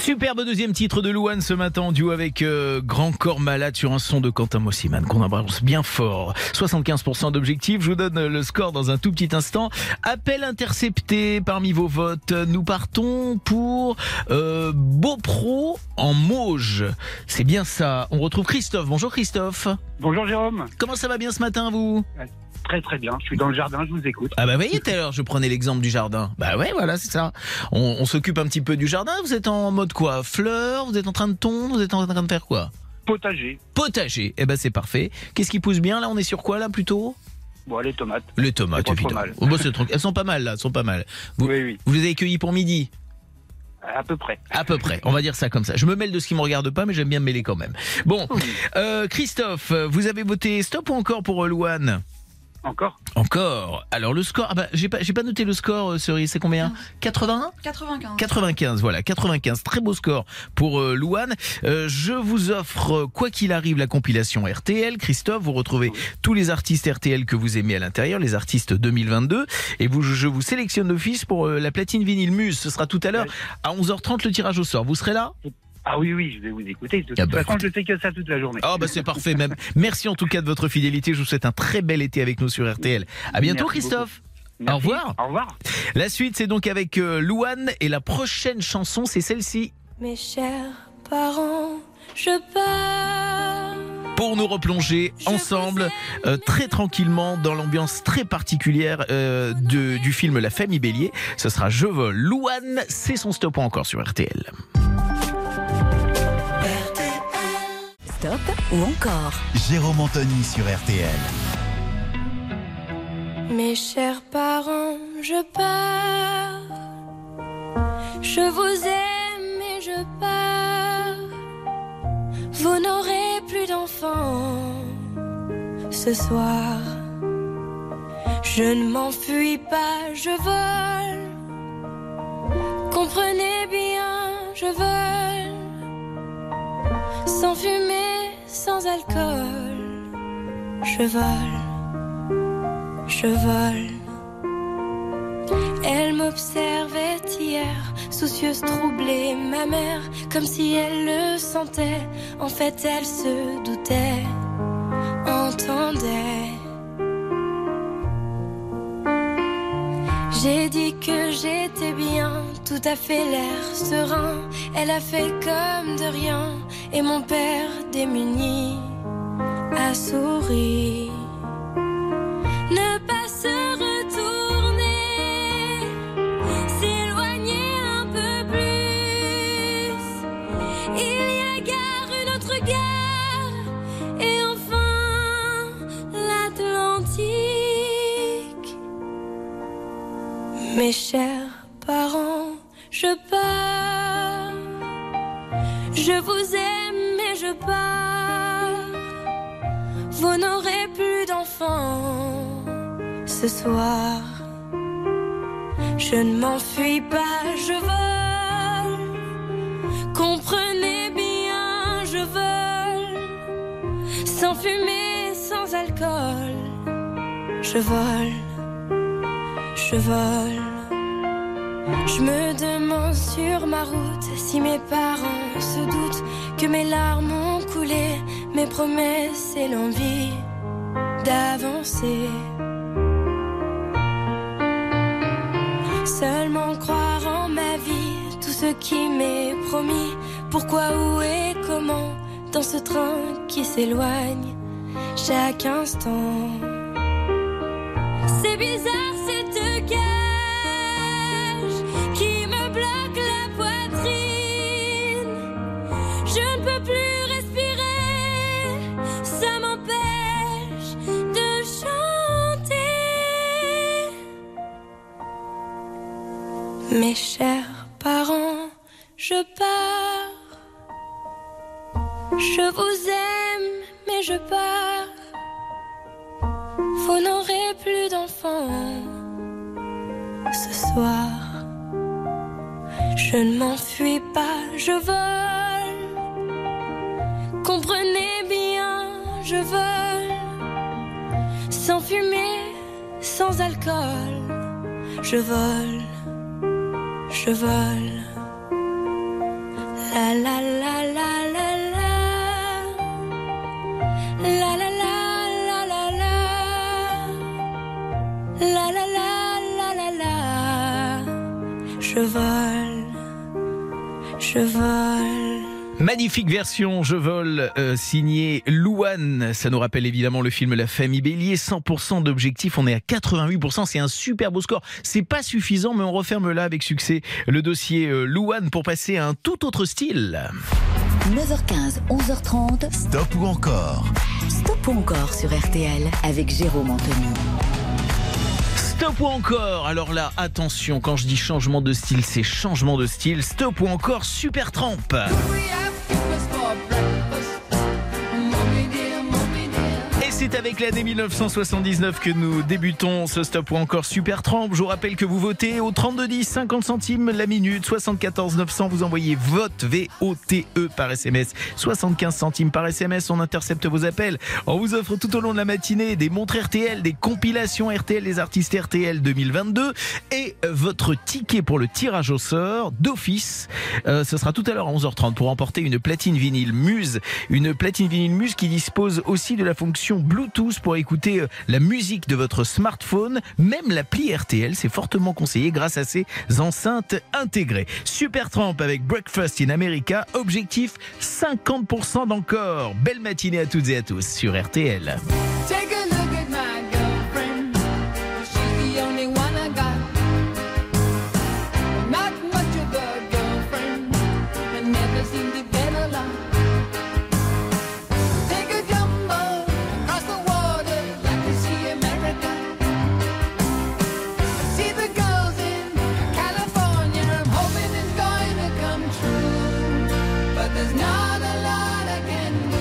Superbe deuxième titre de Louane ce matin en duo avec euh, Grand Corps Malade sur un son de Quentin Mossiman qu'on embrasse bien fort. soixante-quinze pour cent d'objectifs, je vous donne le score dans un tout petit instant. Appel intercepté parmi vos votes. Nous partons pour euh, Beaupro en Mauges. C'est bien ça. On retrouve Christophe. Bonjour Christophe. Bonjour Jérôme. Comment ça va bien ce matin vous ? Très très bien, je suis dans le jardin, je vous écoute. Ah bah voyez tout à l'heure, je prenais l'exemple du jardin. Bah ouais, voilà, c'est ça. On, on s'occupe un petit peu du jardin. Vous êtes en mode quoi ? Fleurs ? Vous êtes en train de tondre ? Vous êtes en train de faire quoi ? Potager. Potager, eh ben c'est parfait. Qu'est-ce qui pousse bien là ? On est sur quoi là plutôt ? Bon, les tomates. Les tomates, C'est pas trop évidemment. mal. Oh, bah, c'est trop- Elles sont pas mal là, elles sont pas mal. Vous, Oui, oui, vous les avez cueillies pour midi ? à peu près. À peu près, on va dire ça comme ça. Je me mêle de ce qui me regarde pas, mais j'aime bien me mêler quand même. Bon, euh, Christophe, vous avez voté stop ou encore pour euh, Louane ? Encore ? Encore. Alors le score, ah bah, j'ai pas, j'ai pas noté le score, euh, Cerise, c'est combien ? quatre-vingts ? quatre-vingt-quinze. quatre-vingt-quinze, voilà, quatre-vingt-quinze, très beau score pour euh, Louane. Euh, je vous offre, euh, quoi qu'il arrive, la compilation R T L. Christophe, vous retrouvez tous les artistes R T L que vous aimez à l'intérieur, les artistes deux mille vingt-deux. Et vous, je vous sélectionne d'office pour euh, la platine vinyle Muse. Ce sera tout à l'heure à onze heures trente le tirage au sort. Vous serez là ? Ah oui, oui, je vais vous écouter. De toute Ah bah, façon, je fais que ça toute la journée. Oh bah c'est parfait même. Merci en tout cas de votre fidélité. Je vous souhaite un très bel été avec nous sur R T L. À bientôt Merci Christophe. Merci. Au revoir. Au revoir. La suite c'est donc avec euh, Louane et la prochaine chanson c'est celle-ci. Mes chers parents, je pars. Pour nous replonger ensemble euh, très tranquillement dans l'ambiance très particulière euh, de, du film La Famille Bélier. Ce sera Je vole. Louane, c'est son stop encore sur R T L. Stop ou encore ? Jérôme Anthony sur R T L. Mes chers parents, je pars. Je vous aime et je pars. Vous n'aurez plus d'enfants ce soir. Je ne m'enfuis pas, je vole. Comprenez bien, je vole. Sans fumée, sans alcool. Je vole. Je vole. Elle m'observait hier, soucieuse, troublée, ma mère, comme si elle le sentait. En fait, elle se doutait, entendait. J'ai dit que j'étais bien, tout à fait l'air serein. Elle a fait comme de rien, et mon père démuni a souri. Ne pas se retourner, s'éloigner un peu plus. Il y a gare, une autre gare, et enfin l'Atlantique. Mes chers parents, je pars. Je vous aime et je pars. Vous n'aurez plus d'enfants ce soir. Je ne m'enfuis pas, je vole. Comprenez bien, je vole. Sans fumée, sans alcool. Je vole, je vole. Je me demande sur ma route si mes parents se doutent que mes larmes ont coulé, mes promesses et l'envie d'avancer. Seulement croire en ma vie, tout ce qui m'est promis. Pourquoi, où et comment, dans ce train qui s'éloigne chaque instant. C'est bizarre cette cage qui me bloque la poitrine. Je ne peux plus respirer, ça m'empêche de chanter. Mes chers parents, je pars. Je vous aime, mais je pars. Vous n'aurez plus d'enfants ce soir. Je ne m'enfuis pas, je vole. Comprenez bien, je vole. Sans fumée, sans alcool. Je vole, je vole. La la la la la la. La la la la la la. La la la la la la. Je vole, je vole. Magnifique version Je vole, euh, signée Louane. Ça nous rappelle évidemment le film La Famille Bélier. cent pour cent d'objectifs, on est à quatre-vingt-huit pour cent. C'est un super beau score. C'est pas suffisant, mais on referme là avec succès le dossier euh, Louane pour passer à un tout autre style. neuf heures quinze, onze heures trente. Stop ou encore? Stop ou encore sur R T L avec Jérôme Anthony. Stop ou encore? Alors là, attention, quand je dis changement de style, c'est changement de style. Stop ou encore Supertramp. Et c'est avec l'année mille neuf cent soixante-dix-neuf que nous débutons ce Stop ou encore Supertramp. Je vous rappelle que vous votez au trente-deux dix, cinquante centimes la minute, soixante-quatorze neuf cents. Vous envoyez vote, V O T E par S M S, soixante-quinze centimes par S M S. On intercepte vos appels. On vous offre tout au long de la matinée des montres R T L, des compilations R T L, des artistes R T L deux mille vingt-deux et votre ticket pour le tirage au sort d'office. Euh, ce sera tout à l'heure à onze heures trente pour remporter une platine vinyle Muse. Une platine vinyle Muse qui dispose aussi de la fonction Bluetooth pour écouter la musique de votre smartphone. Même l'appli R T L, c'est fortement conseillé grâce à ces enceintes intégrées. Supertramp avec Breakfast in America. Objectif cinquante pour cent d'encore. Belle matinée à toutes et à tous sur R T L. Take a look at my girlfriend. She's the only one I got. Not much of a girlfriend. I never seem to get along. Take a jumbo across the water like to see America. I see the girls in California. I'm hoping it's going to come true. But there's not a lot I can do.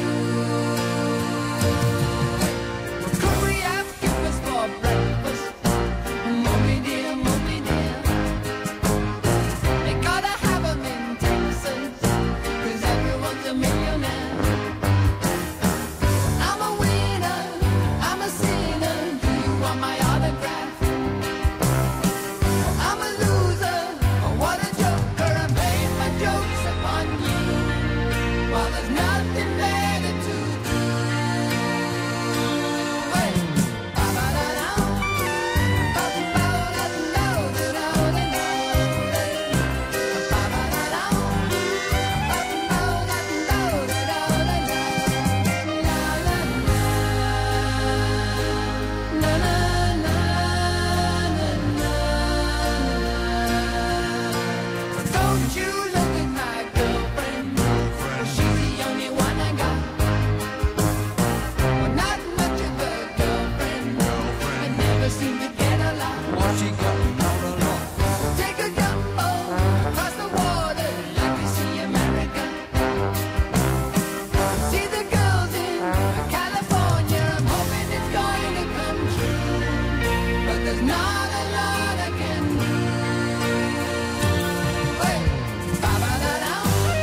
Could we have kippers for breakfast? Mommy dear, mommy dear. They gotta have 'em in Texas, 'cause everyone's a millionaire. I'm a winner, I'm a sinner. Do you want my autograph? I'm a loser, what a joker. I'm playing my jokes upon you. Well, there's nothing better to do. Hey, ba-ba-da-da, don't you look at my girlfriend. She's the only one I got. Well, not much of a girlfriend. I never seem to get along. What she got? Take a jumbo across the water like to see America. See the girls in California. I'm hoping it's going to come true. But there's not a lot I can do. Hey, ba-ba-da-da,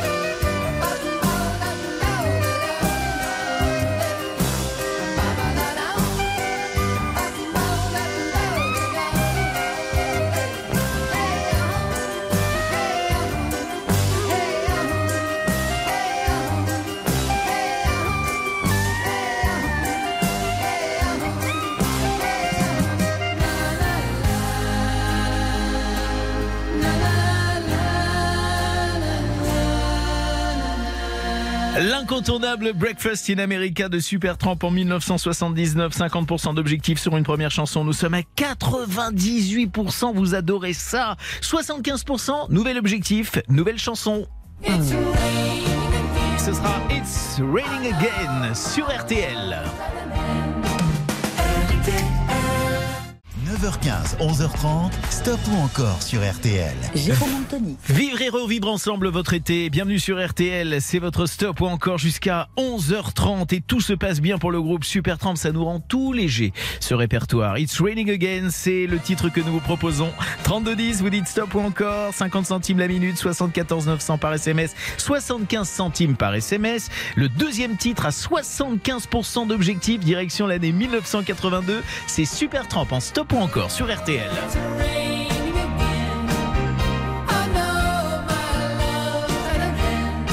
L'incontournable Breakfast in America de Supertramp en mille neuf cent soixante-dix-neuf, cinquante pour cent d'objectifs sur une première chanson. Nous sommes à quatre-vingt-dix-huit pour cent, vous adorez ça. soixante-quinze pour cent, nouvel objectif, nouvelle chanson. Ce sera It's Raining Again sur R T L. neuf heures quinze, onze heures trente, Stop ou encore sur R T L. Jérôme Anthony. Vivre et revivre ensemble votre été. Bienvenue sur R T L. C'est votre Stop ou encore jusqu'à onze heures trente. Et tout se passe bien pour le groupe Supertramp. Ça nous rend tout léger, ce répertoire. It's Raining Again, c'est le titre que nous vous proposons. trente-deux dix, vous dites Stop ou encore. cinquante centimes la minute, soixante-quatorze neuf cents par S M S, soixante-quinze centimes par S M S. Le deuxième titre à soixante-quinze pour cent d'objectifs, direction l'année mille neuf cent quatre-vingt-deux. C'est Supertramp en Stop ou encore sur R T L. I know my love's at an end.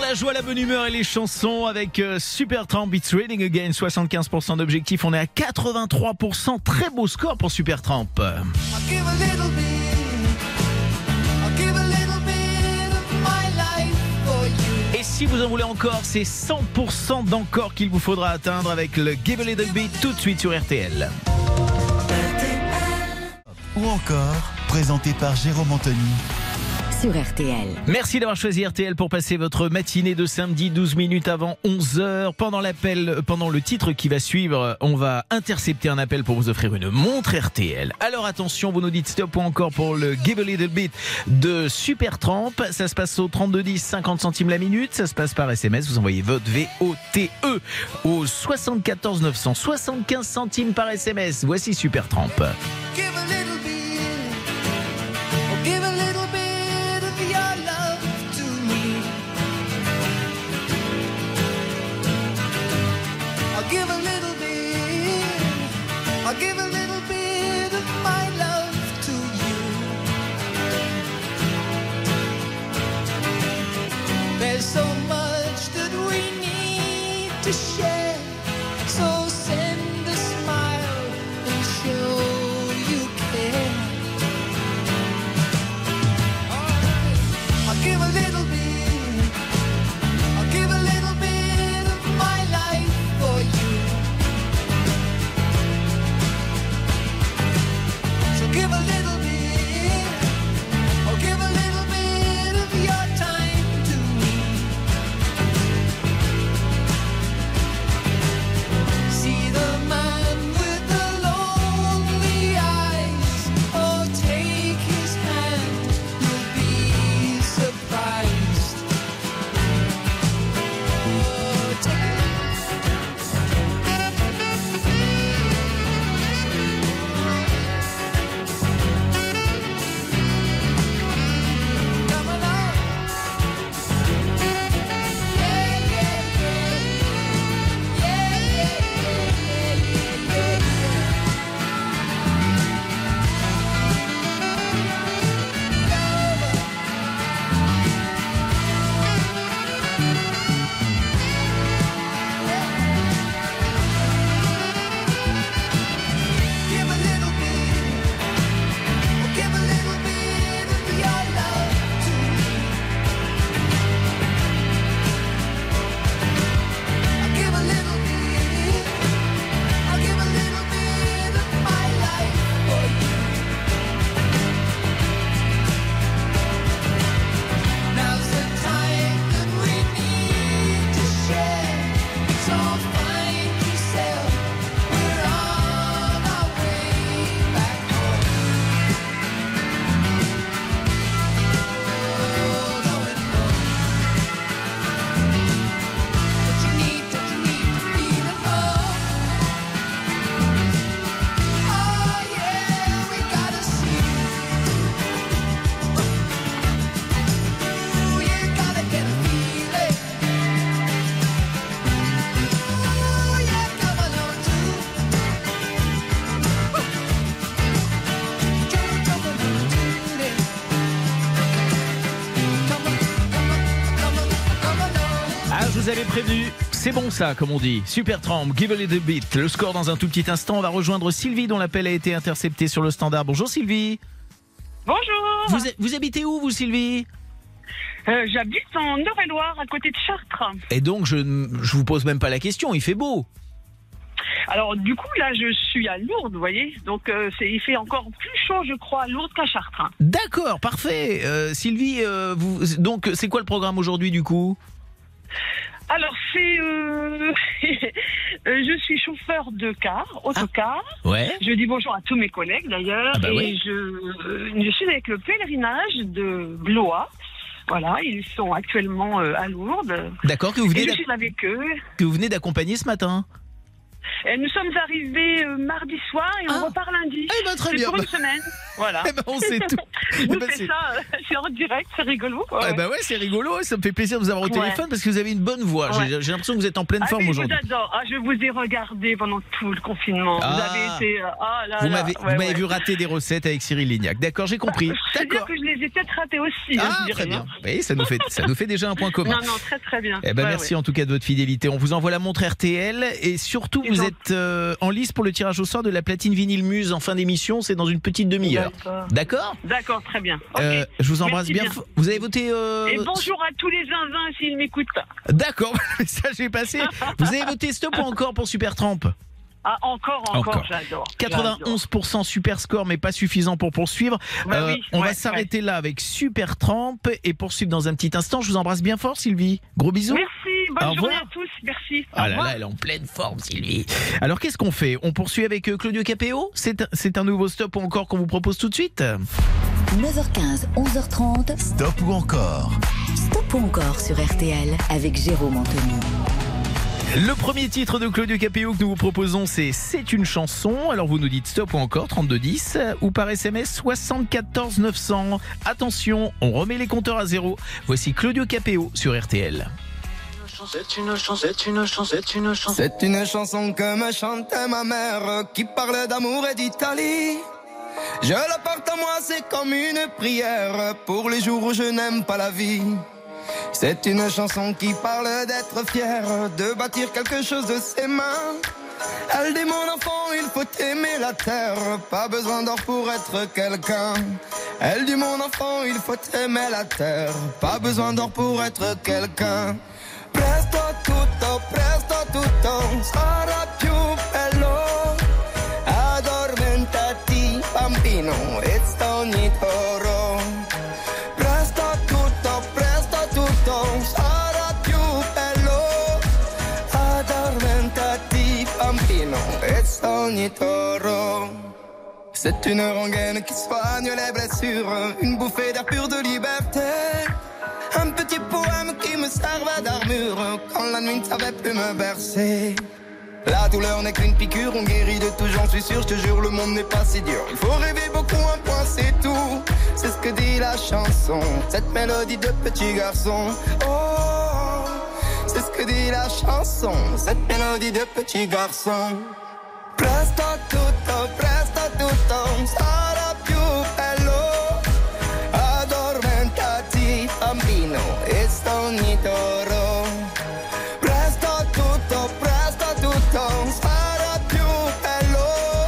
La joie, la bonne humeur et les chansons avec euh, Supertramp, It's Raining Again, soixante-quinze pour cent d'objectifs, on est à quatre-vingt-trois pour cent, très beau score pour Supertramp. I'll give a little bit, I'll give a little bit of my life for you. Et si vous en voulez encore, c'est cent pour cent d'encore qu'il vous faudra atteindre avec le Give a Little Bit tout de suite sur R T L. Ou encore, présenté par Jérôme Anthony. Sur R T L. Merci d'avoir choisi R T L pour passer votre matinée de samedi, douze minutes avant onze heures. Pendant l'appel, pendant le titre qui va suivre, on va intercepter un appel pour vous offrir une montre R T L. Alors attention, vous nous dites stop ou encore pour le Give a Little Bit de Supertramp. Ça se passe au trente-deux dix, cinquante centimes la minute. Ça se passe par S M S. Vous envoyez votre V O T E au soixante-quatorze neuf cents, soixante-quinze centimes par S M S. Voici Supertramp. Give a little bit, oh, give a little bit of your love to me. I'll give a little bit, I'll give a little bit of my love to you. There's so much that we need to share, so send a smile and show you care. Alright, I'll give a little bit, I'll give a little bit of my life for you. So give a little bit, oh give a little bit of your time to me. See the man with the lonely eyes, oh take his hand, you'll be surprised. Oh, take Come along. Yeah, yeah, yeah. Yeah, yeah, yeah, yeah, yeah, Give a little bit, oh, give a little bit of your love to me. I'll give a little bit, I'll give a little bit of my life for you. Now's the time that we need to share, so find yourself, we're on our way back home. Oh, going home. But you need, but you need to feel at home. Oh yeah, we gotta see. Ooh, you gotta get a feeling. Ooh, yeah, come along too. Come, come along too, then. Come on, come on, come on, come along. Ah, je vous avais prévenu, c'est bon ça, comme on dit. Supertramp, Give a Little Bit. Le score dans un tout petit instant. On va rejoindre Sylvie, dont l'appel a été intercepté sur le standard. Bonjour Sylvie. Bonjour. Vous, vous habitez où, vous, Sylvie? Euh, J'habite en Eure-et-Loire, à côté de Chartres. Et donc, je ne je vous pose même pas la question, il fait beau. Alors du coup, là, je suis à Lourdes, vous voyez. Donc euh, c'est- il fait encore plus chaud, je crois, à Lourdes qu'à Chartres. D'accord, parfait. Euh, Sylvie, euh, vous, donc, c'est quoi le programme aujourd'hui, du coup? Alors c'est... euh, euh, je suis chauffeur de car, autocar. Ouais. Je dis bonjour à tous mes collègues d'ailleurs. Ah bah et oui. je, euh, je suis avec le pèlerinage de Blois. Voilà, ils sont actuellement euh, à Lourdes. D'accord, que vous Et venez je d'ac- suis avec eux. que vous venez d'accompagner ce matin. Et nous sommes arrivés euh, mardi soir et on Ah. repart lundi. Eh ben, très C'est bien. pour une semaine. Voilà. Eh ben, on sait tout. Je Eh vous ben, fais c'est- ça, euh, c'est en direct, c'est rigolo. Ouais, Eh ouais. ben ouais, c'est rigolo, ça me fait plaisir de vous avoir au Ouais. téléphone parce que vous avez une bonne voix. J'ai, Ouais. j'ai l'impression que vous êtes en pleine Ah, forme mais je aujourd'hui. vous adore. Ah, je vous ai regardé pendant tout le confinement. Ah. Vous avez été. euh, ah là Vous là. m'avez, Ouais, vous m'avez ouais. vu rater des recettes avec Cyril Lignac. D'accord, j'ai compris. Je veux dire D'accord. que je les ai peut-être ratées aussi. hein, Ah, je dirais, très bien. hein. Oui, ça nous fait, ça nous fait déjà un point commun. Non, non, très très bien. Eh ben Ouais, merci ouais. en tout cas de votre fidélité. On vous envoie la montre R T L et surtout C'est vous gentil. êtes euh, en lice pour le tirage au sort de la platine vinyle Muse en fin d'émission. C'est dans une petite demi-heure. D'accord. D'accord. D'accord, très bien. Ok. Euh, je vous embrasse Merci bien. bien. fo- Vous avez voté. euh, Et bonjour à tous les zinzins s'ils m'écoutent pas. D'accord. Le message est passé. Vous avez voté stop ou encore pour Supertramp? Ah, encore, encore, Encore. j'adore. quatre-vingt-onze pour cent super score, mais pas suffisant pour poursuivre. Bah Euh, oui, on ouais, va s'arrêter là avec Supertramp et poursuivre dans un petit instant. Je vous embrasse bien fort, Sylvie. Gros bisous. Merci, bonne Au journée revoir. à tous, merci. Au Ah là revoir. là, elle est en pleine forme, Sylvie. Alors, qu'est-ce qu'on fait? On poursuit avec euh, Claudio Capéo? C'est un, c'est un nouveau stop ou encore qu'on vous propose tout de suite? neuf heures quinze, onze heures trente. Stop ou encore? Stop ou encore sur R T L avec Jérôme Anthony. Le premier titre de Claudio Capéo que nous vous proposons, c'est C'est une chanson. Alors, vous nous dites stop ou encore trente-deux dix ou par S M S soixante-quatorze neuf cents. Attention, on remet les compteurs à zéro. Voici Claudio Capéo sur R T L. C'est une chanson, c'est une chanson, c'est une chanson. C'est une chanson que me chantait ma mère qui parlait d'amour et d'Italie. Je la porte à moi, c'est comme une prière pour les jours où je n'aime pas la vie. C'est une chanson qui parle d'être fier, de bâtir quelque chose de ses mains. Elle dit mon enfant, il faut aimer la terre, pas besoin d'or pour être quelqu'un. Elle dit mon enfant, il faut aimer la terre, pas besoin d'or pour être quelqu'un. Presto tutto, presto tutto sarà più bello. Addormentati bambino e ogni toro. Presto tutto, presto tutto sarà più bello. Addormentati bambino e ogni toro. C'est une rengaine qui soigne les blessures, une bouffée d'air pur de liberté. Un petit poème qui me servait d'armure quand la nuit ne savait plus me bercer. La douleur n'est qu'une piqûre, on guérit de tout, j'en suis sûr, je te jure, le monde n'est pas si dur. Il faut rêver beaucoup, un point c'est tout. C'est ce que dit la chanson, cette mélodie de petit garçon. Oh, c'est ce que dit la chanson, cette mélodie de petit garçon. Presto tutto, presto tutto sarà più bello. Addormentati bambino e ogni toro. Presto tutto, presto tutto sarà più bello.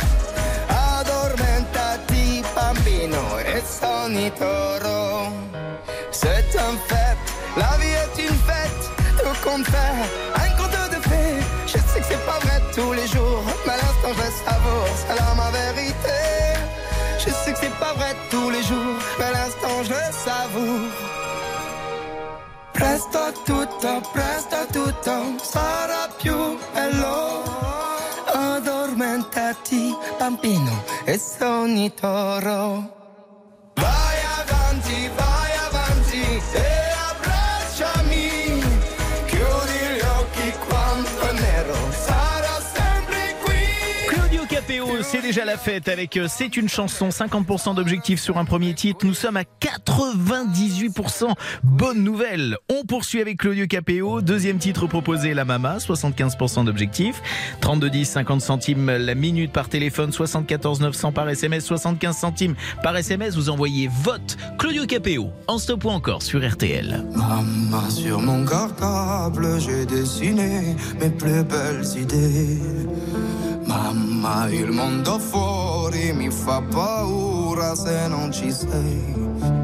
Addormentati bambino e ogni toro. C'est un fait, la vie est une fête, tout compte faire, un conte de fées. Je sais que c'est pas vrai tous les jours, mais à l'instant je le savoure, c'est là ma vérité. Je sais que c'est pas vrai tous les jours, mais à l'instant je le savoure. Presto tutto, presto tutto sarà più bello. Addormentati bambino e sogni toro. Vai avanti, vai avanti e abbracciami. Chiudi gli occhi quando è nero, sarà sempre qui. Claudio Capéo, c'est déjà la fête avec euh, C'est une chanson, cinquante pour cent d'objectifs sur un premier titre. Nous sommes à quatre-vingt-dix-huit pour cent. Bonne nouvelle. On poursuit avec Claudio Capéo. Deuxième titre proposé, La Mama, soixante-quinze pour cent d'objectifs. trente-deux dix, cinquante centimes la minute par téléphone, soixante-quatorze neuf cents par S M S, soixante-quinze centimes par S M S. Vous envoyez vote Claudio Capéo en stop ou encore sur R T L. Maman, sur mon cartable, j'ai dessiné mes plus belles idées. Mamma, il mondo fuori mi fa paura se non ci sei.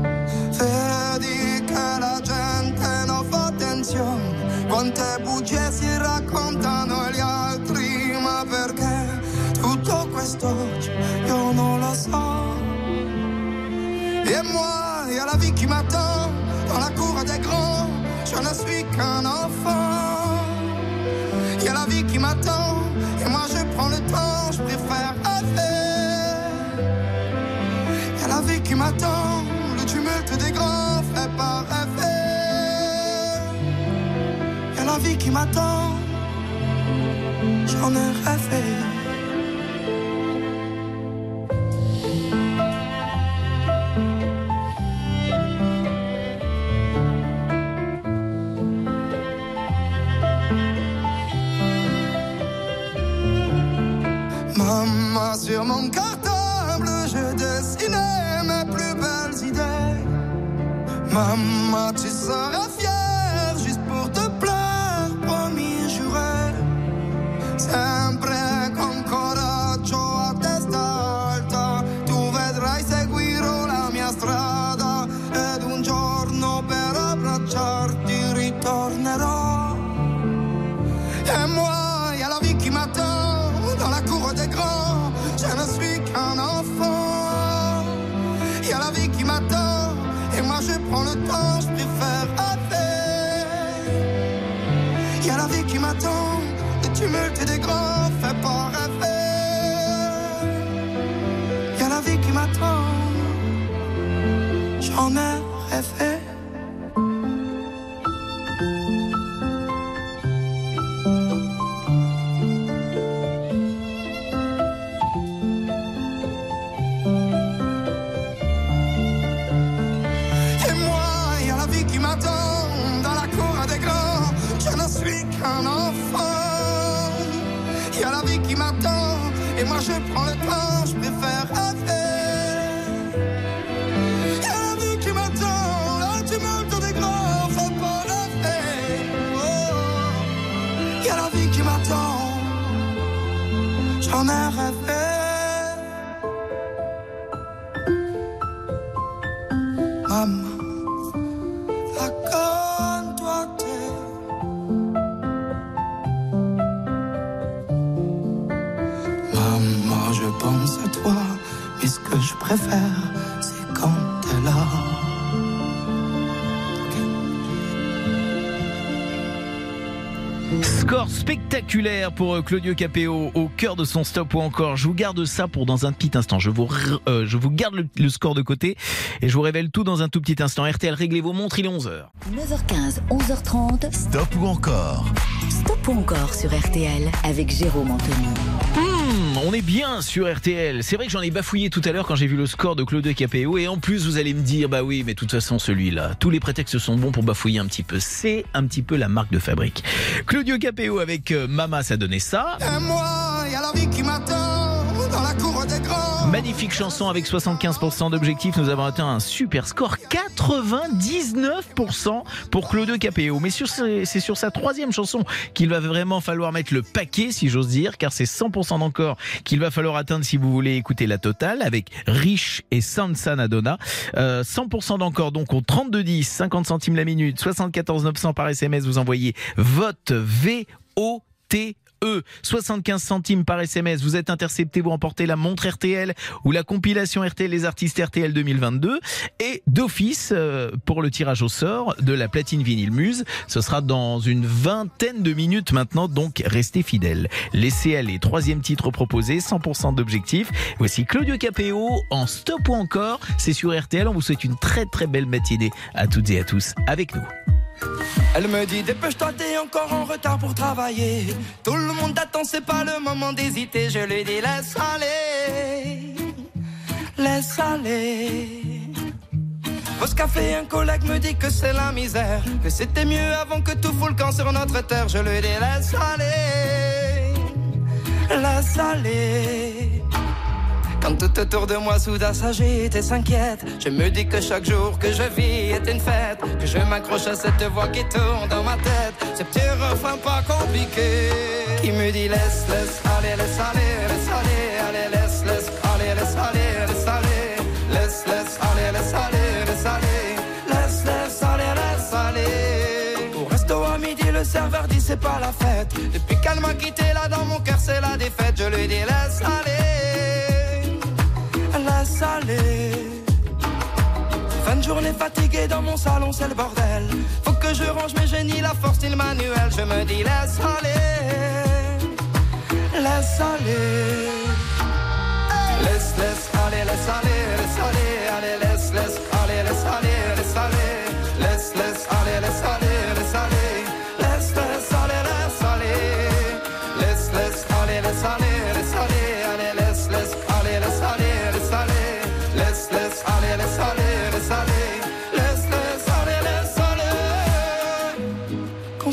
Vedi che la gente non fa attenzione, quante bugie si raccontano agli altri, ma perché tutto questo oggi io non lo so. Et moi, y a la vie qui m'attend dans la cour des grands, je ne suis qu'un enfant. Y a la vie qui m'attend et moi je prends le temps, je préfère rêver. Y a la vie qui m'attend, le tumulte des grands fait pas rêver. Y a la vie qui m'attend, je j'en ai rêvé. Maman, sur mon cartable, je dessinais mes plus belles idées. Maman, tu seras fière juste pour te plaire, promis, juré. Sempre con coraggio a testa alta, tu vedrai seguirò la mia strada ed un giorno per abbracciarti ritornerò. Et moi, y a la vie qui m'attend dans la cour des grands, je ne suis qu'un enfant. Y a la vie qui m'attend et moi je prends le temps, je préfère rêver. Y a la vie qui m'attend, le tumulte des grands fait pas rêver. Y a la vie qui m'attend, j'en ai rêvé. Un enfant, y a la vie qui m'attend et moi je prends le temps, je préfère rêver. Y a la vie qui m'attend, là tu m'entends des grands, faut pas rêver. Oh. Y a la vie qui m'attend, j'en ai rêvé. Maman, pense à toi, mais ce que je préfère, c'est quand t'es là. Score spectaculaire pour Claudio Capéo au cœur de son stop ou encore. Je vous garde ça pour dans un petit instant. Je vous, euh, je vous garde le, le score de côté et je vous révèle tout dans un tout petit instant. R T L, réglez vos montres, il est onze heures. neuf heures quinze, onze heures trente. Stop ou encore. Stop ou encore sur R T L avec Jérôme Anthony. Mmh, on est bien sur R T L. C'est vrai que j'en ai bafouillé tout à l'heure quand j'ai vu le score de Claudio Capéo et en plus vous allez me dire bah oui mais de toute façon celui-là, tous les prétextes sont bons pour bafouiller un petit peu. C'est un petit peu la marque de fabrique. Claudio Capéo avec euh, Mama, ça donnait ça. Et moi, y a la vie qui m'attend dans la cour des grands. Magnifique chanson avec soixante-quinze pour cent d'objectifs. Nous avons atteint un super score, quatre-vingt-dix-neuf pour cent pour Claudio Capéo. Mais sur, c'est sur sa troisième chanson qu'il va vraiment falloir mettre le paquet, si j'ose dire, car c'est cent pour cent d'encore qu'il va falloir atteindre si vous voulez écouter la totale avec Rich et Sansa Nadona. Euh, cent pour cent d'encore donc au trente-deux dix, cinquante centimes la minute, soixante-quatorze neuf cents par S M S. Vous envoyez vote V O T E, soixante-quinze centimes par S M S. Vous êtes intercepté, vous remportez la montre R T L ou la compilation R T L les artistes R T L deux mille vingt-deux et d'office euh, pour le tirage au sort de la platine vinyle Muse. Ce sera dans une vingtaine de minutes maintenant, donc restez fidèles. Laissez aller, troisième titre proposé, cent pour cent d'objectifs. Voici Claudio Capéo en stop ou encore. C'est sur R T L. On vous souhaite une très très belle matinée à toutes et à tous avec nous. Elle me dit dépêche-toi, t'es encore en retard pour travailler. Tout le monde t'attend, c'est pas le moment d'hésiter. Je lui dis laisse aller, laisse aller. Pause café, un collègue me dit que c'est la misère, que c'était mieux avant que tout fout le camp sur notre terre. Je lui dis laisse aller, laisse aller. Quand tout autour de moi soudain s'agite et s'inquiète, je me dis que chaque jour que je vis est une fête, que je m'accroche à cette voix qui tourne dans ma tête, ce petit refrain pas compliqué qui me dit laisse, laisse aller, laisse aller, laisse aller, allez, laisse, laisse aller, laisse aller, laisse aller, laisse, laisse aller, laisse aller, laisse aller, laisse, laisse aller, laisse aller. Au resto à midi, le serveur dit c'est pas la fête. Depuis qu'elle m'a quitté là dans mon cœur c'est la défaite. Je lui dis laisse aller, laisse aller. Fin de journée fatiguée dans mon salon, c'est le bordel. Faut que je range mes génies, la force style manuel. Je me dis laisse aller, laisse aller. Laisse, laisse aller, laisse aller, laisse aller. Allez, laisse, laisse aller, laisse aller, laisse aller. Laisse, laisse aller, laisse aller, laisse aller. Laisse, laisse aller, laisse aller. Laisse, laisse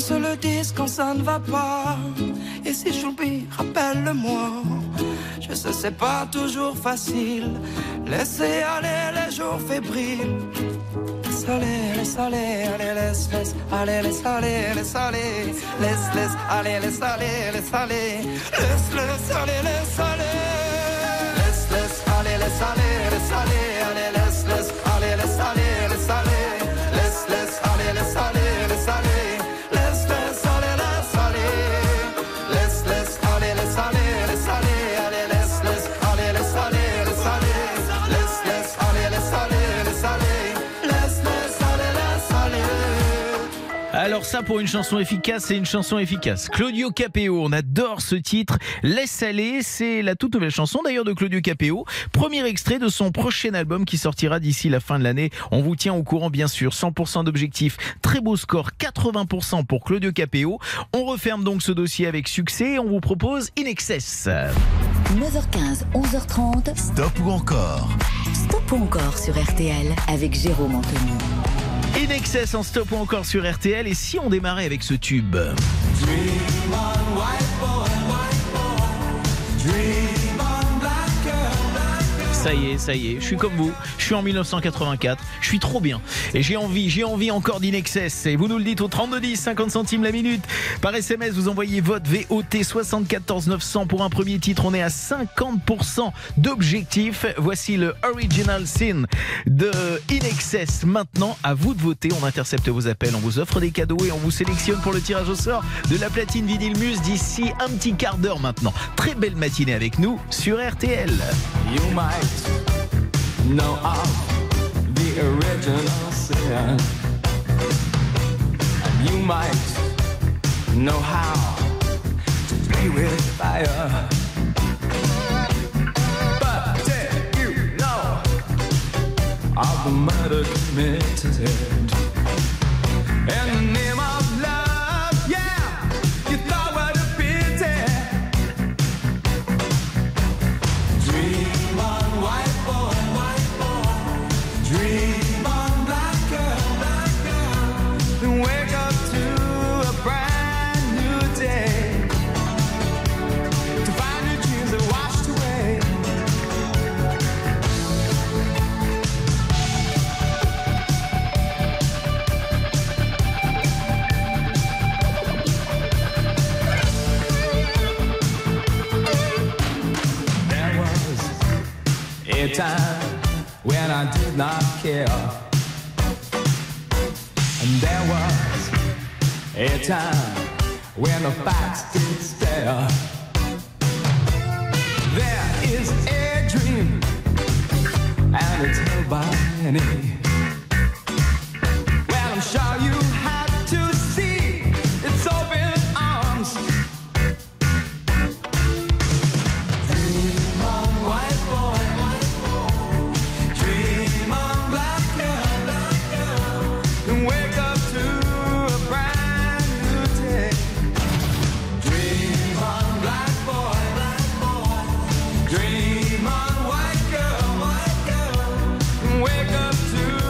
se le dise quand ça ne va pas. Et si j'oublie, rappelle-le-moi. Je sais, c'est pas toujours facile. Laissez aller les jours fébriles. Laisse aller, laisse aller, allez, laisse, laisse, allez, laisse aller, laisse aller, laisse, laisse, allez, laisse aller, laisse aller, laisse, laisse, allez, laisse aller, laisse, laisse, allez, laisse aller, laisse aller, allez, laisse, laisse, allez, laisse aller, laisse aller, laisse, laisse, allez, laisse aller, laisse aller, laisse, laisse, allez, laisse aller, laisse, laisse, allez, laisse aller, laisse aller, allez, laisse, laisse, allez, laisse aller, laisse aller, laisse, laisse, allez, laisse aller, laisse aller. Alors ça, pour une chanson efficace, c'est une chanson efficace. Claudio Capéo, on adore ce titre. Laisse aller, c'est la toute nouvelle chanson d'ailleurs de Claudio Capéo. Premier extrait de son prochain album qui sortira d'ici la fin de l'année. On vous tient au courant bien sûr. cent pour cent d'objectifs, très beau score, quatre-vingts pour cent pour Claudio Capéo. On referme donc ce dossier avec succès et on vous propose In Excess. neuf heures quinze, onze heures trente. Stop ou encore? Stop ou encore sur R T L avec Jérôme Anthony. In Excess en Stop ou encore sur R T L. Et si on démarrait avec ce tube? Ça y est, ça y est, je suis comme vous, je suis en mille neuf cent quatre-vingt-quatre, je suis trop bien. Et j'ai envie, j'ai envie encore d'In Excess. Et vous nous le dites au trente-deux dix, cinquante centimes la minute. Par S M S, vous envoyez votre V O T soixante-quatorze neuf cents pour un premier titre. On est à cinquante pour cent d'objectifs. Voici le Original Sin de In Excess. Maintenant, à vous de voter. On intercepte vos appels, on vous offre des cadeaux et on vous sélectionne pour le tirage au sort de la platine vinyle Muse d'ici un petit quart d'heure maintenant. Très belle matinée avec nous sur R T L. You might know of the original sin, and you might know how to play with fire. But did you know of the murder committed in the name of love? Yeah, you thought what a pity. Dream on, white boy, white boy. Dream on, black girl, black girl. And wake up to a brand new day, to find your dreams are washed away. There was a time when I did not care, and there was a time when the facts did stare. There is a dream, and it's held by many. Well, I'm sure you have to see its open arms. Dream on, white boy, white boy. Dream on, black girl, black girl. And wake up to a brand new day. Dream on, black boy, black boy. Dream on, white girl, white girl. And wake up to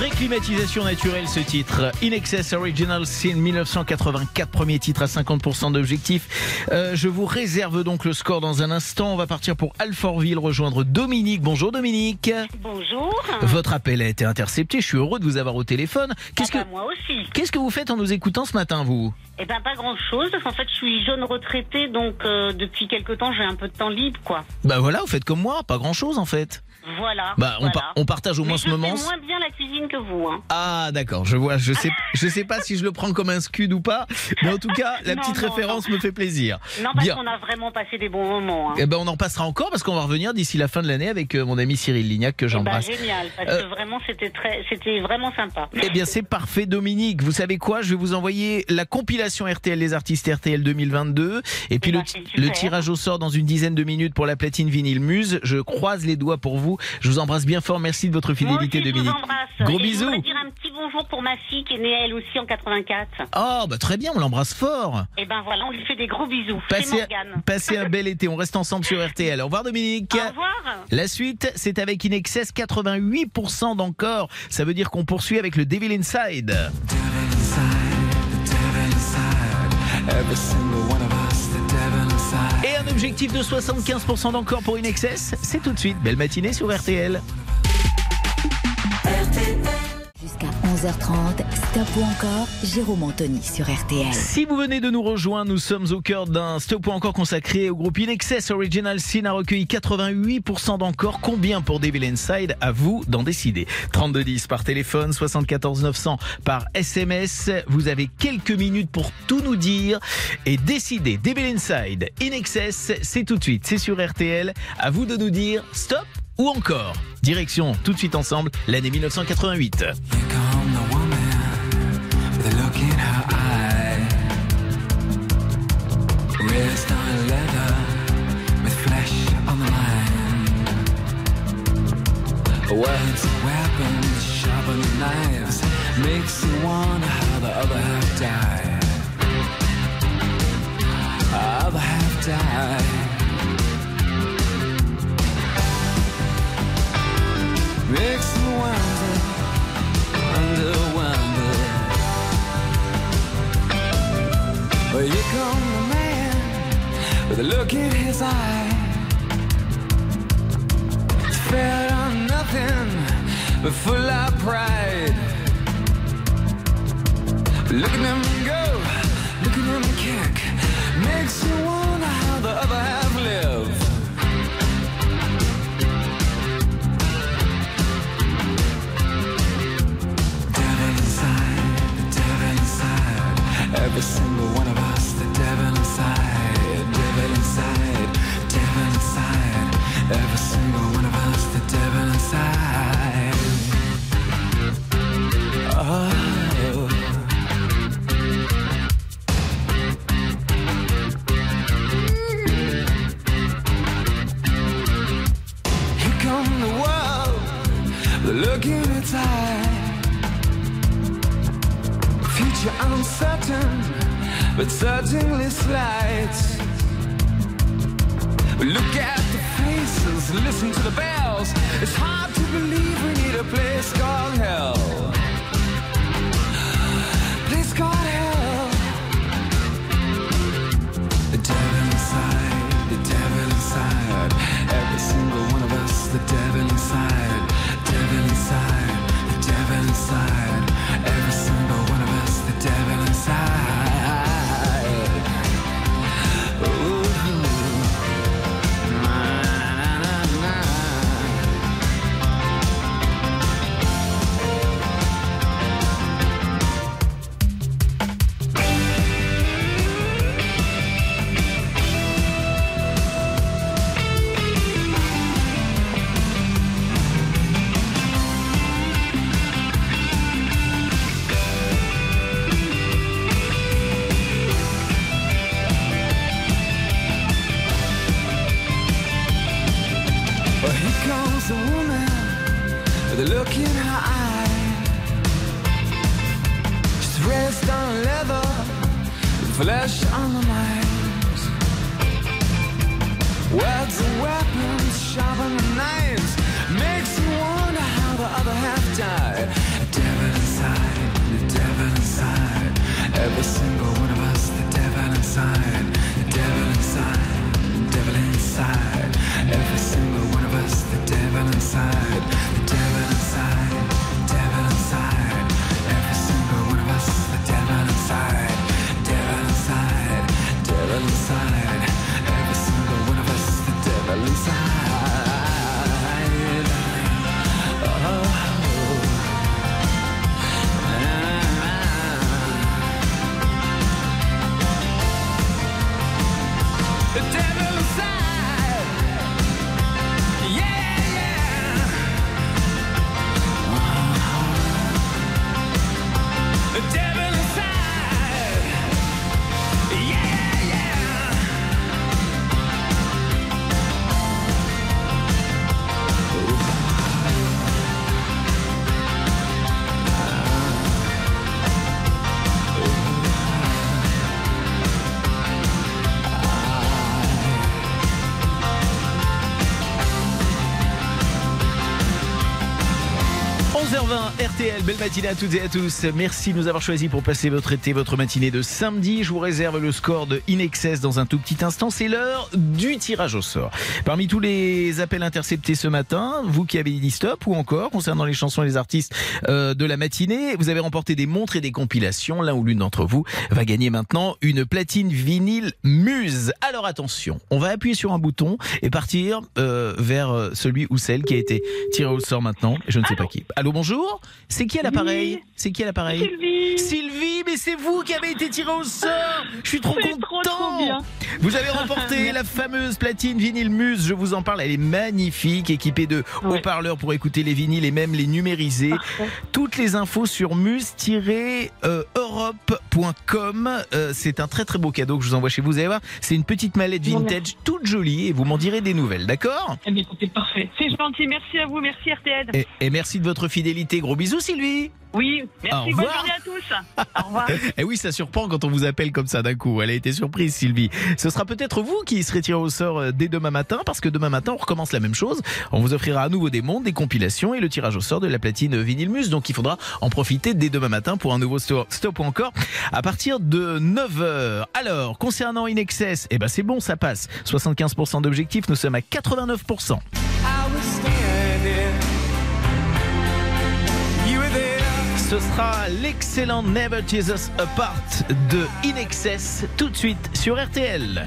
vraie climatisation naturelle, ce titre. In Excess Original Sin dix-neuf cent quatre-vingt-quatre, premier titre à cinquante pour cent d'objectif. Euh, je vous réserve donc le score dans un instant. On va partir pour Alfortville, rejoindre Dominique. Bonjour Dominique. Bonjour. Votre appel a été intercepté. Je suis heureux de vous avoir au téléphone. Qu'est-ce ah bah, que moi aussi. Qu'est-ce que vous faites en nous écoutant ce matin, vous? Eh ben pas grand-chose, parce qu'en fait je suis jeune retraitée, donc euh, depuis quelque temps j'ai un peu de temps libre, quoi. Bah voilà, vous faites comme moi, pas grand-chose en fait. Voilà. Bah on, voilà. par- on partage au moins Mais ce moment. je fais moins bien la cuisine que vous, hein. Ah d'accord, je vois, je sais, je sais pas si je le prends comme un scud ou pas, mais en tout cas la Non, petite non, référence non. me fait plaisir. Non, parce Bien. qu'on a vraiment passé des bons moments, hein. Eh ben on en passera encore parce qu'on va revenir d'ici la fin de l'année avec euh, mon ami Cyril Lignac que Eh ben, j'embrasse. génial, parce Euh, que vraiment c'était très, c'était vraiment sympa. Eh bien c'est parfait Dominique, vous savez quoi, je vais vous envoyer la compilation R T L les artistes R T L deux mille vingt-deux et puis Eh ben, le, c'est super. le tirage au sort dans une dizaine de minutes pour la platine vinyle Muse. Je croise les doigts pour vous, je vous embrasse bien fort, merci de votre fidélité Moi aussi, Dominique. je vous embrasse. Gros Et bisous. Je voudrais dire un petit bonjour pour ma fille qui est née elle aussi en quatre-vingt-quatre. Oh bah très bien, on l'embrasse fort. Et ben voilà, on lui fait des gros bisous. C'est Passez, Morgane. passez un bel été, on reste ensemble sur R T L. Au revoir Dominique. Au revoir. La suite, c'est avec In Excess, quatre-vingt-huit pour cent d'encore. Ça veut dire qu'on poursuit avec le Devil Inside. Et un objectif de soixante-quinze pour cent d'encore pour In Excess. C'est tout de suite. Belle matinée sur R T L. Jusqu'à onze heures trente, Stop ou encore, Jérôme Anthony sur R T L. Si vous venez de nous rejoindre, nous sommes au cœur d'un Stop ou encore consacré au groupe In Excess. Original Sin a recueilli quatre-vingt-huit pour cent d'encore. Combien pour Devil Inside? À vous d'en décider. trente-deux dix par téléphone, soixante-quatorze neuf cents par S M S. Vous avez quelques minutes pour tout nous dire et décider. Devil Inside, In Excess, c'est tout de suite. C'est sur R T L. À vous de nous dire stop ou encore. Direction tout de suite ensemble l'année mille neuf cent quatre-vingt-huit. Wrist on leather with flesh on the line. Words, weapons, sharpened knives makes you wonder how the other half died. Other half died. Makes you wonder, wonder, wonder. Well, here come the man with a look in his eye. He's fed on nothing but full of pride. Look at him go, look at him kick. Makes you wonder how the other half live. Devil inside, the devil inside. Every single one of us, the devil inside, devil inside, devil inside. Every single one of us, the devil inside. Oh. Here come the world, look in its eye. Future uncertain, but certainly slight. Look at the faces, listen to the bells. It's hard to believe we need a place called hell. Place called hell. The devil inside, the devil inside. Every single one of us, the devil inside. Devil inside, the devil inside. Every single one of us, the devil inside. Ooh. Well, here comes the woman with a look in her eye. She's raised on leather, with flesh on the mind. Words and weapons, sharpen the knives, makes you wonder how the other half died. R T L, belle matinée à toutes et à tous. Merci de nous avoir choisis pour passer votre été, votre matinée de samedi. Je vous réserve le score de In Excess dans un tout petit instant. C'est l'heure du tirage au sort. Parmi tous les appels interceptés ce matin, vous qui avez dit stop ou encore concernant les chansons et les artistes euh, de la matinée, vous avez remporté des montres et des compilations. L'un ou l'une d'entre vous va gagner maintenant une platine vinyle Muse. Alors attention, on va appuyer sur un bouton et partir euh, vers celui ou celle qui a été tiré au sort maintenant. Je ne sais pas qui. Allô, bonjour. C'est qui à l'appareil? C'est qui à l'appareil? Sylvie. Sylvie, mais c'est vous qui avez été tiré au sort. Je suis trop C'est content. trop, trop bien. Vous avez remporté la fameuse platine vinyle Muse. Je vous en parle. Elle est magnifique, équipée de Ouais. haut-parleurs pour écouter les vinyles et même les numériser. Parfait. Toutes les infos sur muse tiret europe point com. Euh, c'est un très très beau cadeau que je vous envoie chez vous. Vous allez voir, c'est une petite mallette Bon, vintage toute jolie et vous m'en direz des nouvelles, d'accord? Eh bien, écoutez, parfait. C'est gentil. Merci à vous. Merci R T L. et, et merci de votre fidélité. Gros bisous, Sylvie. Oui, Au merci. Bonne revoir. journée à tous. Au revoir. Et oui, ça surprend quand on vous appelle comme ça d'un coup. Elle a été surprise, Sylvie. Ce sera peut-être vous qui serez tiré au sort euh, dès demain matin, parce que demain matin, on recommence la même chose. On vous offrira à nouveau des montres, des compilations et le tirage au sort de la platine vinyle Muse. Donc, il faudra en profiter dès demain matin pour un nouveau sto- stop ou encore à partir de neuf heures. Alors, concernant In Excess, eh ben, c'est bon, ça passe. soixante-quinze pour cent d'objectifs, nous sommes à quatre-vingt-neuf pour cent. Ce sera l'excellent Never Tears Us Apart de In Excess tout de suite sur R T L.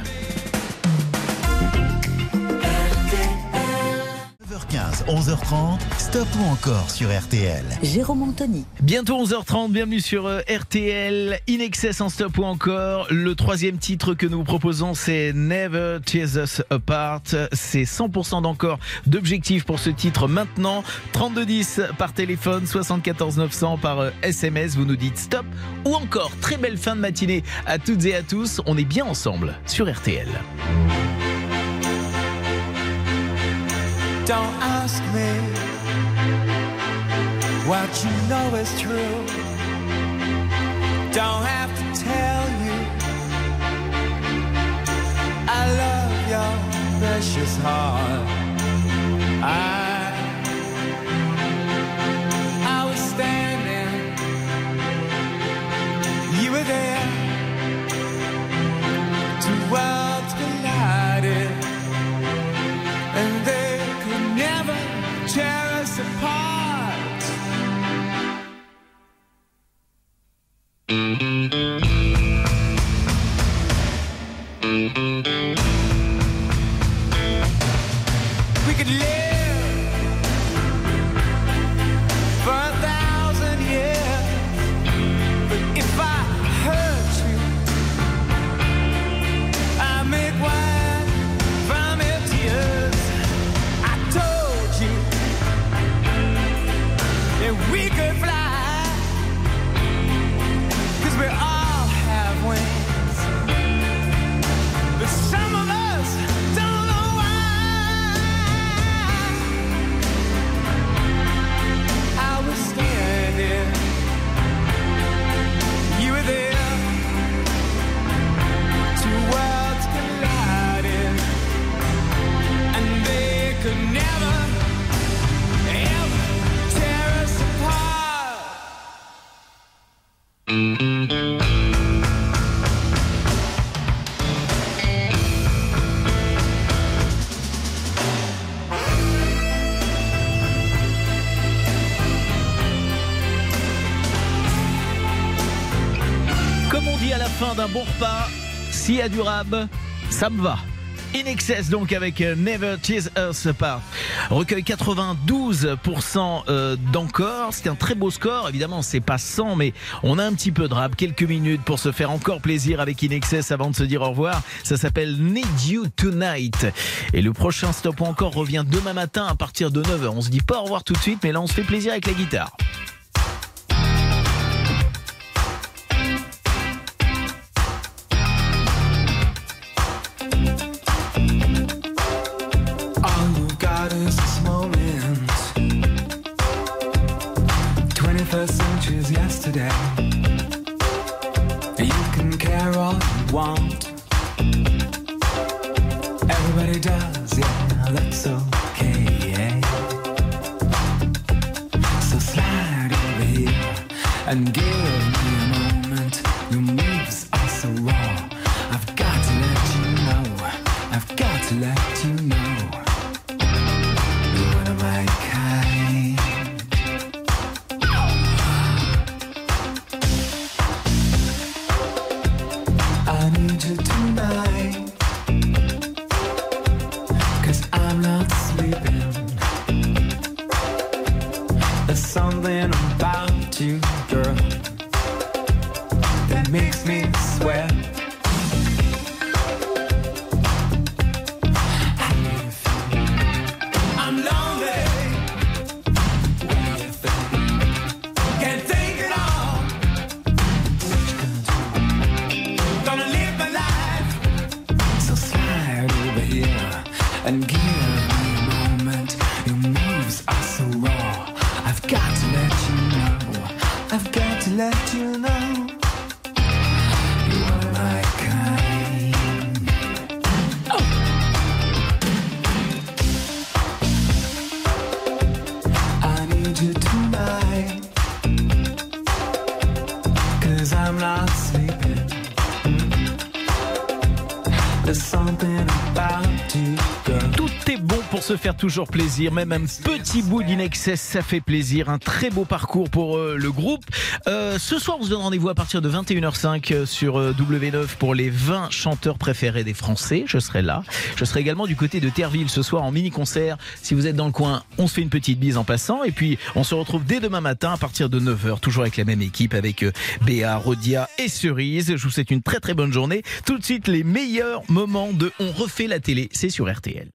neuf heures quinze, onze heures trente, stop ou encore sur R T L. Jérôme Anthony. Bientôt onze heures trente, bienvenue sur euh, R T L, In Excess en stop ou encore. Le troisième titre que nous vous proposons, c'est Never Tears Us Apart. C'est cent pour cent d'encore d'objectifs pour ce titre maintenant. trente-deux dix par téléphone, soixante-quatorze neuf cents par euh, S M S. Vous nous dites stop ou encore. Très belle fin de matinée à toutes et à tous. On est bien ensemble sur R T L. Don't ask me what you know is true. Don't have to tell you I love your precious heart. I I was standing, you were there. Two worlds collided, and they could never tear us apart. We could live for a thousand years, but if I hurt you, I make wine from your tears. I told you that we could fly, 'cause we all have wings, but some of us don't know why. I was standing, you were there. Two worlds collided, and they could never, ever tear us apart. Comme on dit à la fin d'un bon repas, s'il y a du rab, ça me va. In Excess donc avec Never Tears Us Apart. Recueil quatre-vingt-douze pour cent euh, d'encore. C'est un très beau score. Évidemment, c'est pas cent, mais on a un petit peu de rap. Quelques minutes pour se faire encore plaisir avec In Excess avant de se dire au revoir. Ça s'appelle Need You Tonight. Et le prochain stop ou encore revient demain matin à partir de neuf heures. On se dit pas au revoir tout de suite, mais là on se fait plaisir avec la guitare. All you got is this moment. twenty-first century's yesterday. You can care all you want. Everybody does, yeah, that's okay. So slide over and give me a moment. Your moves are so raw. I've got to let you know. I've got to let you know. You're one of my kind. I need you tonight, 'cause I'm not sleeping. There's something about you, girl, that makes me sweat. I'm lonely. What do you think? Can't take it all. Gonna live my life. So slide over here and give me a moment. Your moves are so raw. I've got to let you know. I've got to let you know. You are my kind. Oh. I need you tonight, 'cause I'm not sleeping. There's something about you, girl. Tout est bon pour se faire toujours plaisir, même un petit bout d'Inexcess, ça fait plaisir. Un très beau parcours pour euh, le groupe. Euh, ce soir, on se donne rendez-vous à partir de vingt et une heures cinq sur euh, W neuf pour les vingt chanteurs préférés des Français. Je serai là. Je serai également du côté de Terreville ce soir en mini-concert. Si vous êtes dans le coin, on se fait une petite bise en passant. Et puis, on se retrouve dès demain matin à partir de neuf heures, toujours avec la même équipe, avec euh, Béa, Rodia et Cerise. Je vous souhaite une très très bonne journée. Tout de suite, les meilleurs moments de On refait la télé, c'est sur R T L.